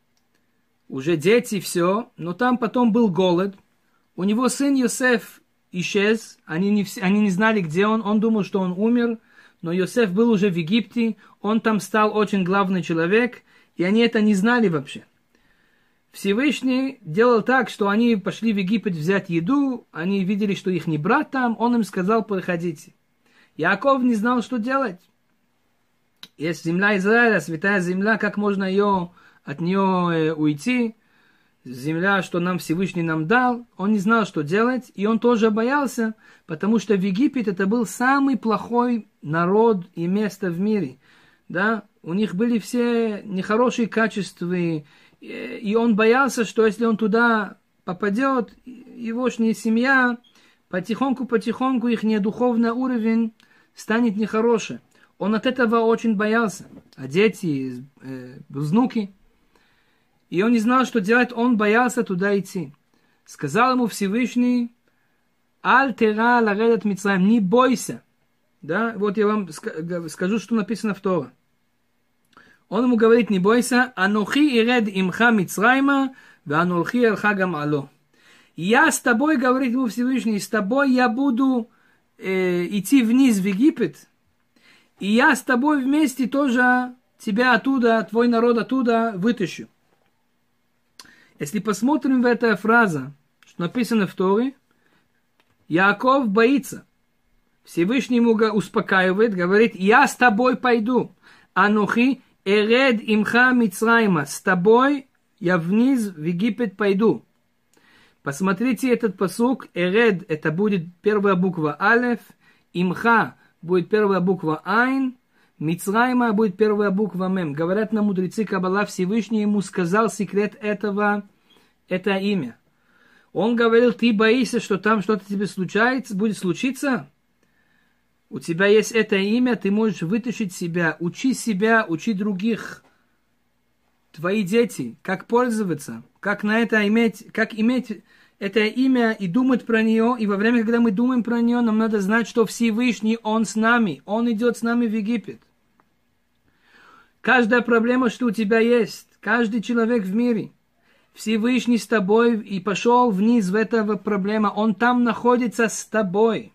S1: Уже дети, все. Но там потом был голод. У него сын Йосеф исчез. Они не знали, где он. Он думал, что он умер. Но Йосеф был уже в Египте. Он там стал очень главный человек. И они это не знали вообще. Всевышний делал так, что они пошли в Египет взять еду. Они видели, что их не брат там. Он им сказал, приходите. Яаков не знал, что делать. Есть земля Израиля, святая земля. Как можно от нее уйти? Земля, что нам Всевышний нам дал, он не знал, что делать, и он тоже боялся, потому что в Египет это был самый плохой народ и место в мире. Да? У них были все нехорошие качества, и он боялся, что если он туда попадет, его семья, потихоньку их духовный уровень станет нехороший. Он от этого очень боялся. А дети, внуки. И он не знал, что делать, он боялся туда идти. Сказал ему Всевышний, «Аль-тера ларедат Мицраим», не бойся. Да? Вот я вам скажу, что написано в Торе. Он ему говорит, не бойся, «Анухи иред имха Мицраима, ва анухи элха гам ало». Я с тобой, говорит ему Всевышний, с тобой я буду идти вниз в Египет, и я с тобой вместе тоже тебя оттуда, твой народ оттуда вытащу. Если посмотрим в эту фразу, что написано в Торе, Яаков боится. Всевышний ему успокаивает, говорит, я с тобой пойду. Анухи эред имха Мицраима. С тобой я вниз в Египет пойду. Посмотрите этот пасук. Эред это будет первая буква Алеф. Имха будет первая буква Айн. Мицраима будет первая буква Мем. Говорят нам мудрецы Каббала, Всевышний ему сказал секрет это имя. Он говорил, ты боишься, что там что-то тебе будет случиться? У тебя есть это имя, ты можешь вытащить себя, учи других. Твои дети, как пользоваться, как иметь это имя и думать про нее. И во время, когда мы думаем про нее, нам надо знать, что Всевышний, Он с нами, Он идет с нами в Египет. Каждая проблема, что у тебя есть, каждый человек в мире, Всевышний с тобой и пошел вниз в эту проблему, он там находится с тобой.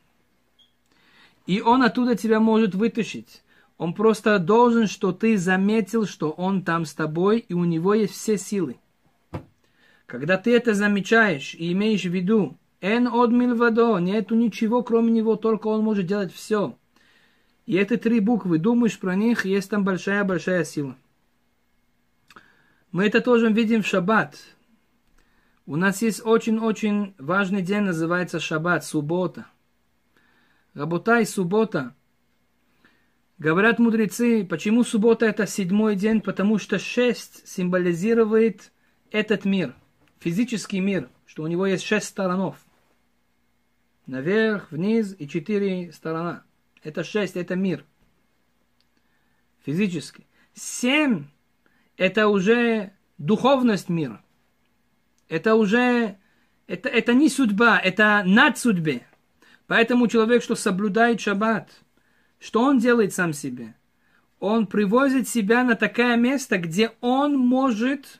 S1: И он оттуда тебя может вытащить. Он просто должен, что ты заметил, что он там с тобой, и у него есть все силы. Когда ты это замечаешь и имеешь в виду, «Эн од мильвадо», нету ничего, кроме него, только он может делать все. И эти три буквы, думаешь про них, есть там большая сила. Мы это тоже видим в шаббат. У нас есть очень важный день, называется шаббат, суббота. Работай, суббота. Говорят мудрецы, почему суббота это 7-й день? Потому что 6 символизирует этот мир, физический мир, что у него есть 6 сторонов. Наверх, вниз и 4 сторона. Это 6, это мир. Физически. 7 это уже духовность мира. Это уже, это не судьба, это над судьбой. Поэтому человек, что соблюдает шаббат, что он делает сам себе? Он привозит себя на такое место, где он может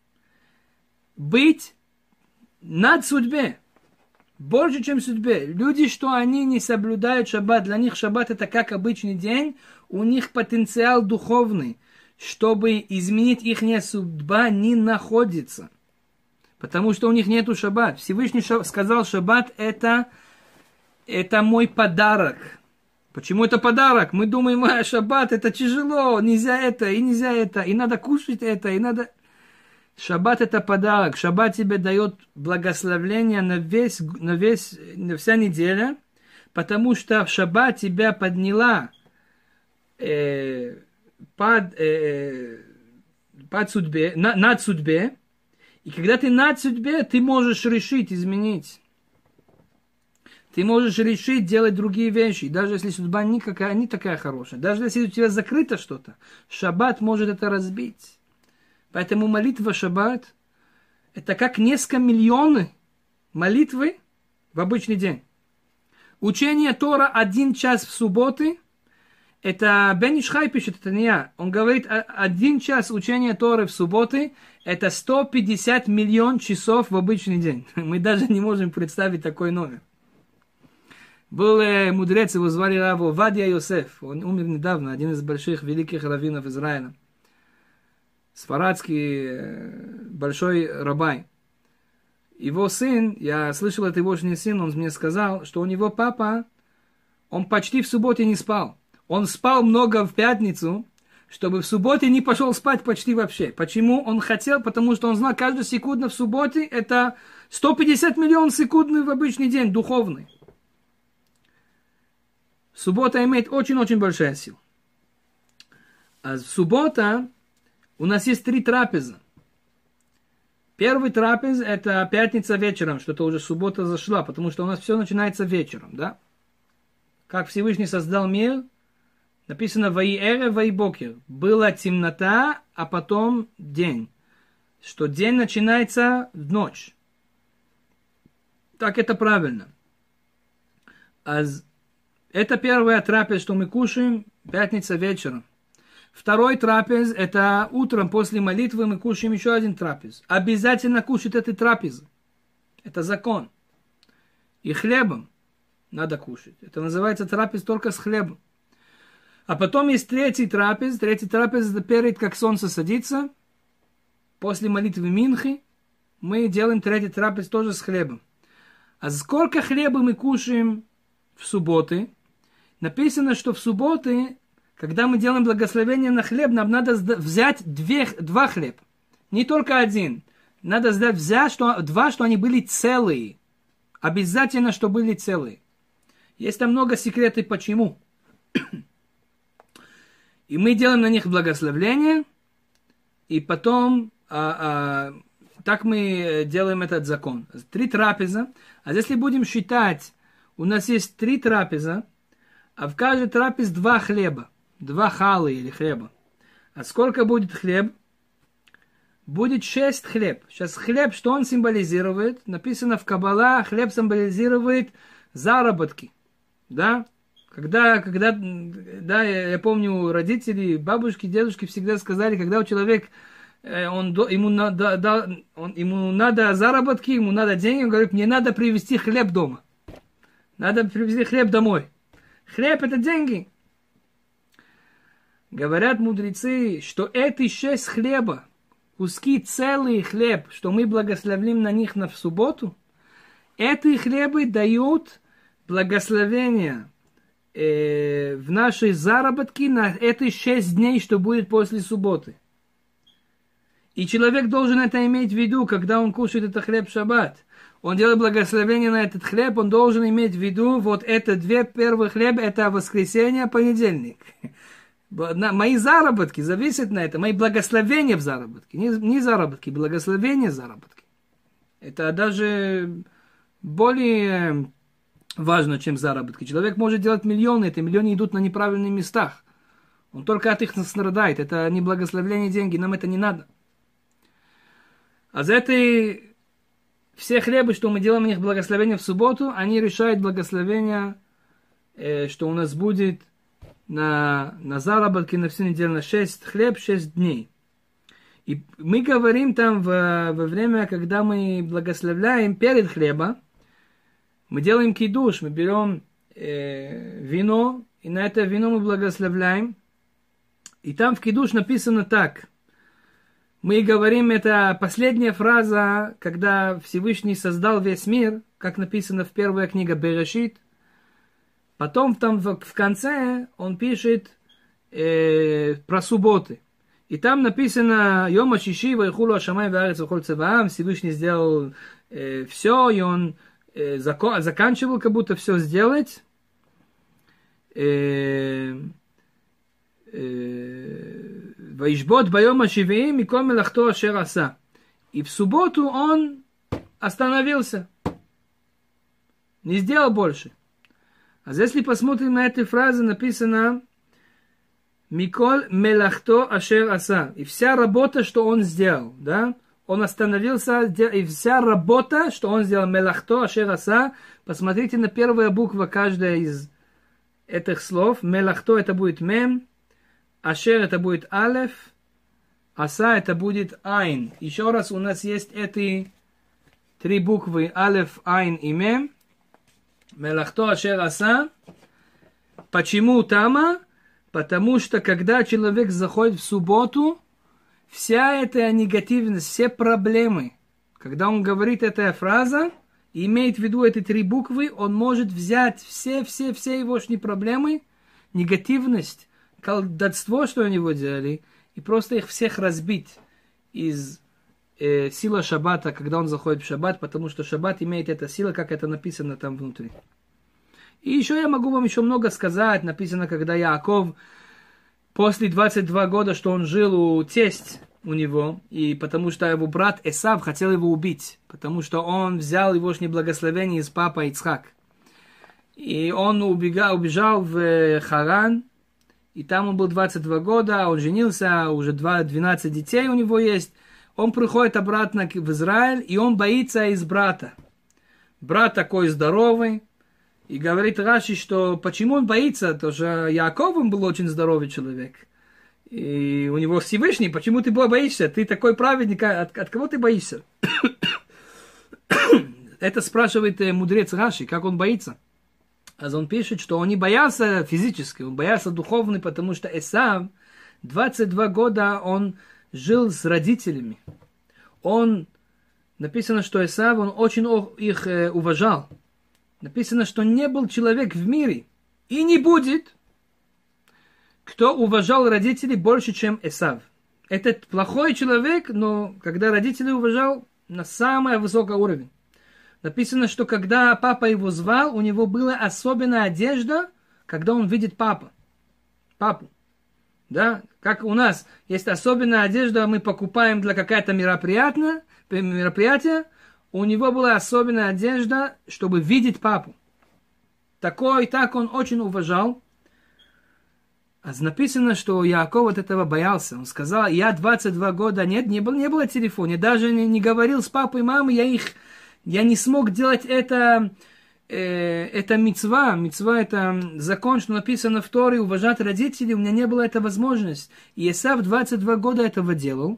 S1: быть над судьбой. Больше, чем судьбе. Люди, что они не соблюдают шаббат, для них шаббат это как обычный день, у них потенциал духовный, чтобы изменить их судьба, не находится. Потому что у них нету шаббат. Всевышний сказал, шаббат это это мой подарок. Почему это подарок? Мы думаем, шаббат это тяжело, нельзя это, и надо кушать это, и надо... Шаббат это подарок. Шаббат тебе дает благословение на вся неделя, потому что в шаббат тебя подняла над судьбе, и когда ты над судьбе, ты можешь решить изменить. Ты можешь решить делать другие вещи, даже если судьба не такая хорошая. Даже если у тебя закрыто что-то, шаббат может это разбить. Поэтому молитва шаббат – это как несколько миллионов молитвы в обычный день. Учение Тора 1 час в субботы – это Бен Иш Хай пишет, это не я. Он говорит, 1 час учения Торы в субботы – это 150 миллионов часов в обычный день. Мы даже не можем представить такой номер. Был мудрец, его звали Рав Овадия Йосеф. Он умер недавно, один из больших великих раввинов Израиля. Сфарадский большой рабай. Его сын, я слышал, это его сын, он мне сказал, что у него папа, он почти в субботе не спал. Он спал много в пятницу, чтобы в субботе не пошел спать почти вообще. Почему он хотел? Потому что он знал, каждая секунда в субботе это 150 миллионов секунд в обычный день, духовный. Суббота имеет очень-очень большая сила. А суббота у нас есть 3 трапезы. Первый трапез – это пятница вечером, что-то уже суббота зашла, потому что у нас все начинается вечером, да? Как Всевышний создал мир, написано «Ваи эре, ваи бокер». Была темнота, а потом день. Что день начинается в ночь. Так это правильно. Это первая трапеза, что мы кушаем, пятница вечером. Второй трапез, это утром после молитвы мы кушаем еще один трапез. Обязательно кушать этой трапезы. Это закон. И хлебом надо кушать. Это называется трапез только с хлебом. А потом есть третий трапез. Третий трапез это перед, как солнце садится. После молитвы Минхи мы делаем третий трапез тоже с хлебом. А сколько хлеба мы кушаем в субботы? Написано, что в субботы, когда мы делаем благословение на хлеб, нам надо взять 2 хлеба. Не только один. Надо взять 2, что они были целые. Обязательно, что были целые. Есть там много секретов, почему. И мы делаем на них благословение. И потом, так мы делаем этот закон. 3 трапеза. А если будем считать, у нас есть 3 трапеза, а в каждой трапезе 2 хлеба. 2 халы или хлеба. А сколько будет хлеб? Будет 6 хлеб. Сейчас хлеб, что он символизирует? Написано в Каббала, хлеб символизирует заработки. Да? Когда да, я помню, родители, бабушки, дедушки всегда сказали, когда у человека ему надо заработки, ему надо деньги, он говорит, мне надо привезти хлеб дома. Надо привезти хлеб домой. Хлеб это деньги. Говорят мудрецы, что эти 6 хлеба, куски целый хлеб, что мы благословим на них в субботу, эти хлебы дают благословение в нашей заработке на эти 6 дней, что будет после субботы. И человек должен это иметь в виду, когда он кушает этот хлеб в шаббат. Он делает благословение на этот хлеб, он должен иметь в виду, вот это 2 первых хлеба, это воскресенье, понедельник. Мои заработки зависят на этом, мои благословения в заработке. Не заработки, благословения заработки. Это даже более важно, чем заработки. Человек может делать миллионы, эти миллионы идут на неправильных местах. Он только от их страдает. Это не благословение деньги, нам это не надо. А за этой... Все хлебы, что мы делаем на них благословение в субботу, они решают благословение, что у нас будет на заработки на всю неделю, на 6 хлеб, 6 дней. И мы говорим там во время, когда мы благословляем перед хлебом, мы делаем кидуш, мы берем вино, и на это вино мы благословляем. И там в кидуш написано так. Мы говорим, это последняя фраза, когда Всевышний создал весь мир, как написано в первой книге Берешит, Потом там в конце он пишет про субботы. И там написано «Йома шиши вайхулу ашамай ваарец вахоль цеваам». Всевышний сделал все, и он заканчивал как будто все сделать. «Ваишбот байома шивиим миколь мелахто ашер аса». И в субботу он остановился. Не сделал больше. А если посмотрим на эти фразы, написано «Миколь мелахто ашер аса». И вся работа, что он сделал, да? Он остановился, и вся работа, что он сделал, мелахто ашер аса. Посмотрите на первая буква каждая из этих слов. Мелахто это будет мем, ашер это будет алеф, аса это будет айн. Еще раз, у нас есть эти три буквы алеф, айн и мем. Мелахто ашер аса. Почему тама? Потому что когда человек заходит в субботу, вся эта негативность, все проблемы, когда он говорит эта фраза, и имеет в виду эти три буквы, он может взять все его проблемы, негативность, колдовство, что они его делали, и просто их всех разбить из силы шаббата, когда он заходит в шаббат, потому что шаббат имеет эта сила, как это написано там внутри. И еще я могу вам еще много сказать. Написано, когда Яаков после 22 года, что он жил у тесть у него, и потому что его брат Эсав хотел его убить, потому что он взял его благословение из папы Ицхак. И он убежал в Харан, и там он был 22 года, он женился, уже 12 детей у него есть. Он приходит обратно в Израиль, и он боится из брата. Брат такой здоровый. И говорит Раши, что почему он боится, то что Яаков он был очень здоровый человек. И у него Всевышний, почему ты боишься? Ты такой праведник, от кого ты боишься? Это спрашивает мудрец Раши, как он боится. А он пишет, что он не боялся физически, он боялся духовно, потому что Эсав 22 года он жил с родителями. Написано, что Эсав, он очень их уважал. Написано, что не был человек в мире, и не будет, кто уважал родителей больше, чем Эсав. Этот плохой человек, но когда родителей уважал, на самый высокий уровень. Написано, что когда папа его звал, у него была особенная одежда, когда он видит папу. Да? Как у нас есть особенная одежда, мы покупаем для какого-то мероприятия, у него была особенная одежда, чтобы видеть папу. Так он очень уважал. А написано, что Яаков от этого боялся. Он сказал, я 22 года, не было телефона, я даже не говорил с папой и мамой, я не смог делать это мицва. Мицва это закон, что написано в Торе, уважать родителей, у меня не было этой возможности. И Исав 22 года этого делал.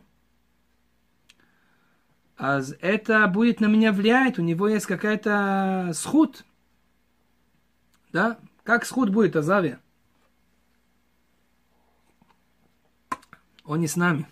S1: А это будет на меня влиять, у него есть какая-то схуд. Да? Как схуд будет, Азавия? Он не с нами.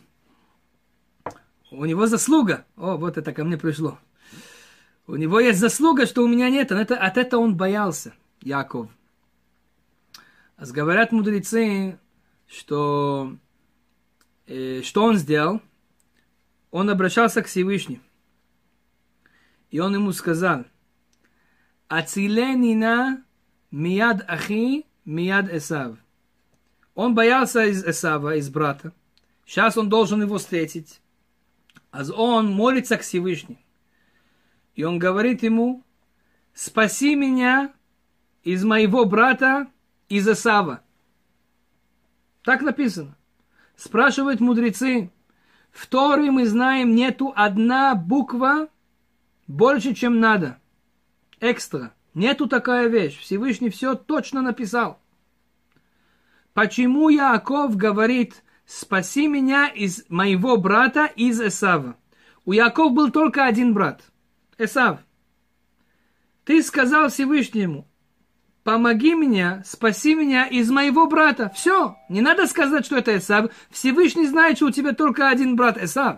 S1: У него заслуга. О, вот это ко мне пришло. У него есть заслуга, что у меня нет. От этого он боялся, Яаков. А говорят мудрецы, что он сделал? Он обращался к Всевышнему. И он ему сказал, «Ациленина мияд ахи мияд Эсав». Он боялся из Эсава, из брата. Сейчас он должен его встретить. А он молится к Всевышнему. И он говорит ему, «Спаси меня из моего брата, из Эсава». Так написано. Спрашивают мудрецы, в Торе мы знаем, нету одна буква больше, чем надо. Экстра. Нету такая вещь. Всевышний все точно написал. Почему Яаков говорит, спаси меня из моего брата, из Эсава? У Яакова был только один брат. Эсав. Ты сказал Всевышнему, помоги меня, спаси меня из моего брата. Все, не надо сказать, что это Эсав. Всевышний знает, что у тебя только один брат Эсав.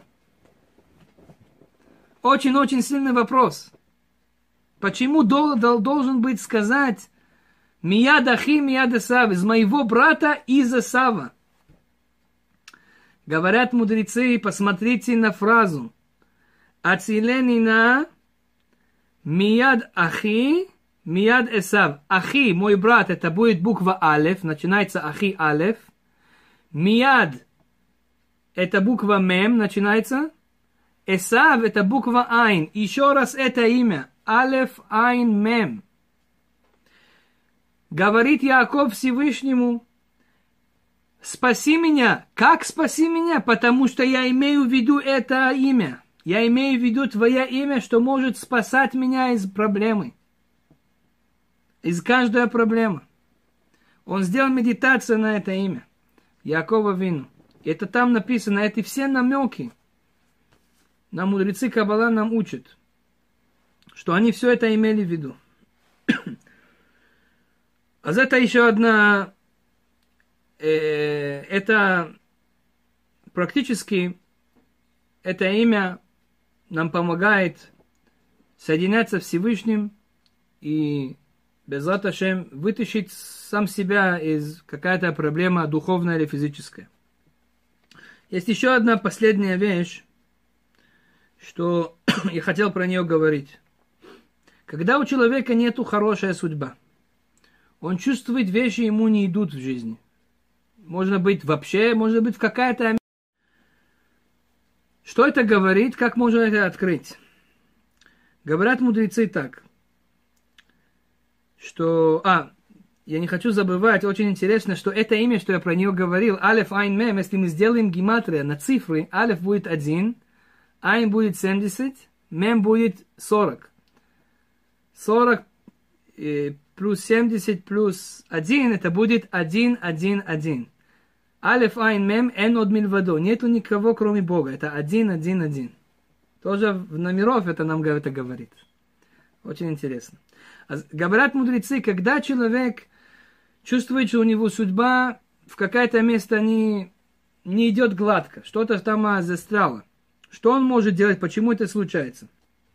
S1: Очень-очень сильный вопрос. Почему должен быть сказать Мияд ахи, мияд эсав, из моего брата из Эсава. Говорят мудрецы, посмотрите на фразу. Ациленина мияд ахи, мияд эсав. Ахи, мой брат, это будет буква алеф, начинается ахи алеф. Мияд, это буква мем, начинается. Эсав, это буква айн. Еще раз это имя. Алеф, айн, мем. Говорит Яаков Всевышнему: спаси меня. Как спаси меня? Потому что я имею в виду это имя. Я имею в виду твое имя, что может спасать меня из проблемы. Из каждой проблемы. Он сделал медитацию на это имя. Яакова Вину. Это там написано. Это все намеки. На мудрецы Каббала нам учат, что они все это имели в виду. А это еще одна... это практически это имя нам помогает соединяться с Всевышним и безат Ашем вытащить сам себя из какая-то проблема духовная или физическая. Есть еще одна последняя вещь, что я хотел про нее говорить. Когда у человека нету хорошая судьба, он чувствует, вещи ему не идут в жизни. Может быть вообще, может быть в какая-то... Что это говорит? Как можно это открыть? Говорят мудрецы так, что... я не хочу забывать, очень интересно, что это имя, что я про нее говорил, Алеф, Айн, Мем, если мы сделаем гематрия на цифры, Алеф будет 1, Айн будет 70, Мем будет 40. 40 плюс 70 плюс 1, это будет 1, 1, 1. Алеф, Айн, Мем, Эн од мильвадо. Нету никого, кроме Бога. Это 1, 1, 1. Тоже в номеров это нам это говорит. Очень интересно. Говорят мудрецы, когда человек чувствует, что у него судьба в какое-то место не идет гладко, что-то там застряло. Что он может делать? Почему это случается?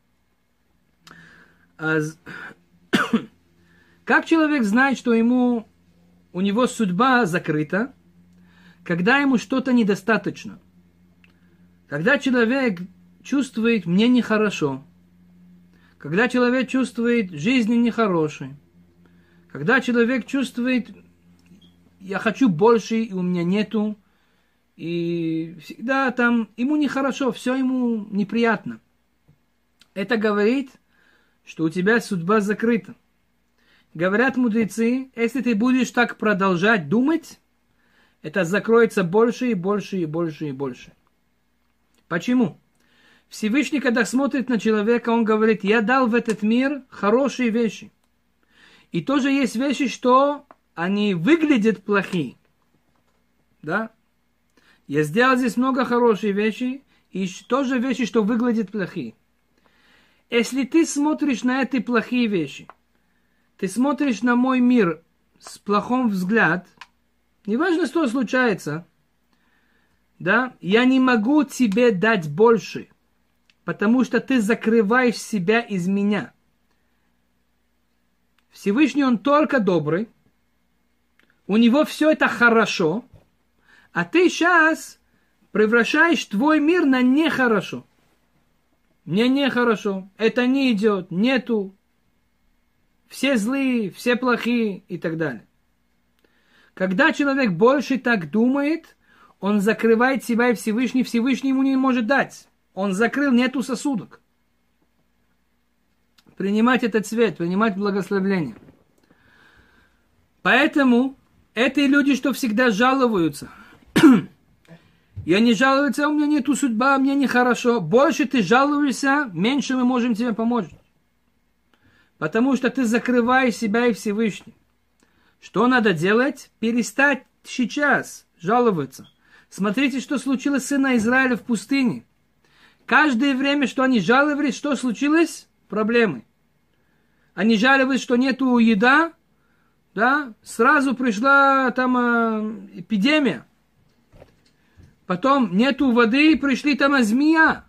S1: Как человек знает, что у него судьба закрыта, когда ему что-то недостаточно? Когда человек чувствует, мне нехорошо. Когда человек чувствует, жизнь нехорошей. Когда человек чувствует, я хочу больше, и у меня нету. И всегда там ему нехорошо, все ему неприятно. Это говорит, что у тебя судьба закрыта. Говорят мудрецы, если ты будешь так продолжать думать, это закроется больше и больше и больше и больше. Почему? Всевышний, когда смотрит на человека, он говорит, я дал в этот мир хорошие вещи. И тоже есть вещи, что они выглядят плохие. Да? Я сделал здесь много хороших вещей, и тоже вещи, что выглядят плохие. Если ты смотришь на эти плохие вещи, ты смотришь на мой мир с плохим взглядом, неважно, что случается, да, я не могу тебе дать больше, потому что ты закрываешь себя из меня. Всевышний, он только добрый, у него все это хорошо, а ты сейчас превращаешь твой мир на нехорошо. Мне нехорошо, это не идет, нету, все злые, все плохие и так далее. Когда человек больше так думает, он закрывает себя и Всевышний ему не может дать. Он закрыл, нету сосудок. Принимать этот свет, принимать благословление. Поэтому эти люди, что всегда жалуются, и они жалуются, у меня нету судьба, мне нехорошо. Больше ты жалуешься, меньше мы можем тебе помочь. Потому что ты закрываешь себя и Всевышний. Что надо делать? Перестать сейчас жаловаться. Смотрите, что случилось с сыном Израиля в пустыне. Каждое время, что они жаловались, что случилось? Проблемы. Они жаловались, что нету еда, да? Сразу пришла там эпидемия. Потом нету воды, пришли там змея.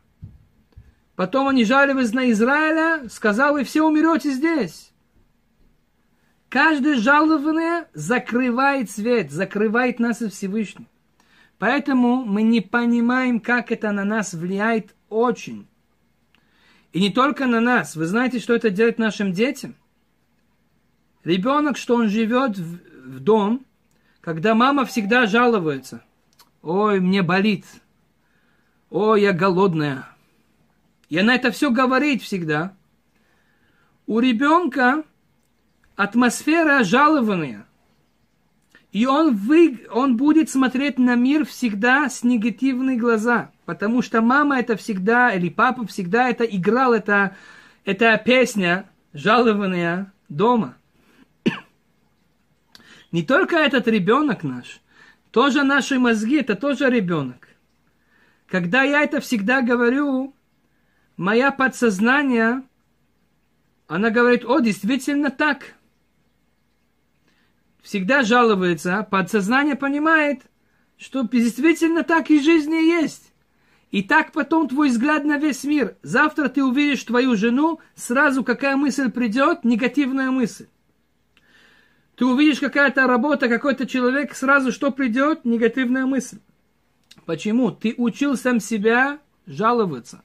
S1: Потом они жаловались на Израиля, сказал, вы все умрете здесь. Каждое жалованное закрывает свет, закрывает нас от Всевышнего. Поэтому мы не понимаем, как это на нас влияет очень. И не только на нас. Вы знаете, что это делает нашим детям? Ребенок, что он живет в дом, когда мама всегда жалуется. Ой, мне болит. Ой, я голодная. И она это все говорит всегда. У ребенка атмосфера жалованная. И он будет смотреть на мир всегда с негативными глазами. Потому что мама это всегда, или папа всегда это играл, это песня жалованная дома. Не только этот ребенок наш, тоже наши мозги, это тоже ребенок. Когда я это всегда говорю, моя подсознание, она говорит, о, действительно так. Всегда жалуется, подсознание понимает, что действительно так и в жизни есть. И так потом твой взгляд на весь мир. Завтра ты увидишь твою жену, сразу какая мысль придет, негативная мысль. Ты увидишь какая-то работа, какой-то человек, сразу что придет, негативная мысль. Почему? Ты учил сам себя жаловаться.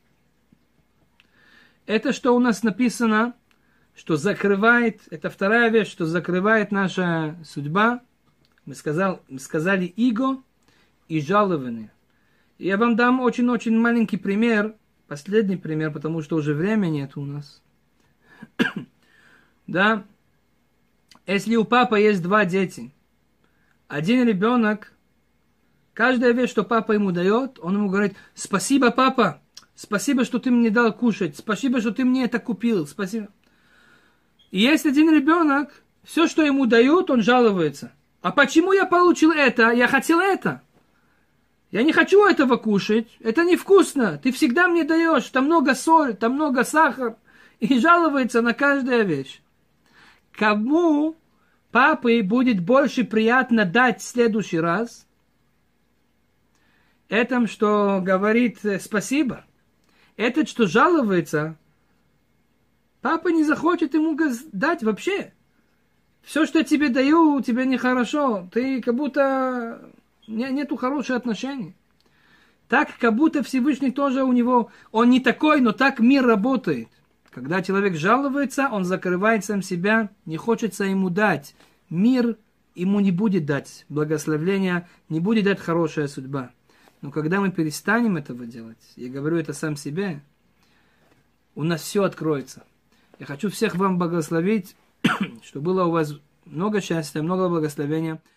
S1: Это что у нас написано, что закрывает, это вторая вещь, что закрывает наша судьба. Мы сказали иго и жалование. И я вам дам очень-очень маленький пример, последний пример, потому что уже времени нет у нас. Да, если у папы есть 2 дети, один ребенок, каждая вещь, что папа ему дает, он ему говорит, спасибо, папа, спасибо, что ты мне дал кушать, спасибо, что ты мне это купил, спасибо. И есть один ребенок, все, что ему дают, он жалуется. А почему я получил это? Я хотел это. Я не хочу этого кушать. Это невкусно. Ты всегда мне даешь. Там много соли, там много сахара. И жалуется на каждую вещь. Кому папе будет больше приятно дать в следующий раз? Этому, что говорит спасибо. Этот, что жалуется, папа не захочет ему дать вообще. Все, что я тебе даю, тебе нехорошо. Ты как будто нету хороших отношений. Так, как будто Всевышний тоже у него, он не такой, но так мир работает. Когда человек жалуется, он закрывает сам себя, не хочется ему дать. Мир ему не будет дать благословения, не будет дать хорошая судьба. Но когда мы перестанем этого делать, я говорю это сам себе, у нас все откроется. Я хочу всех вам благословить, чтобы было у вас много счастья, много благословения.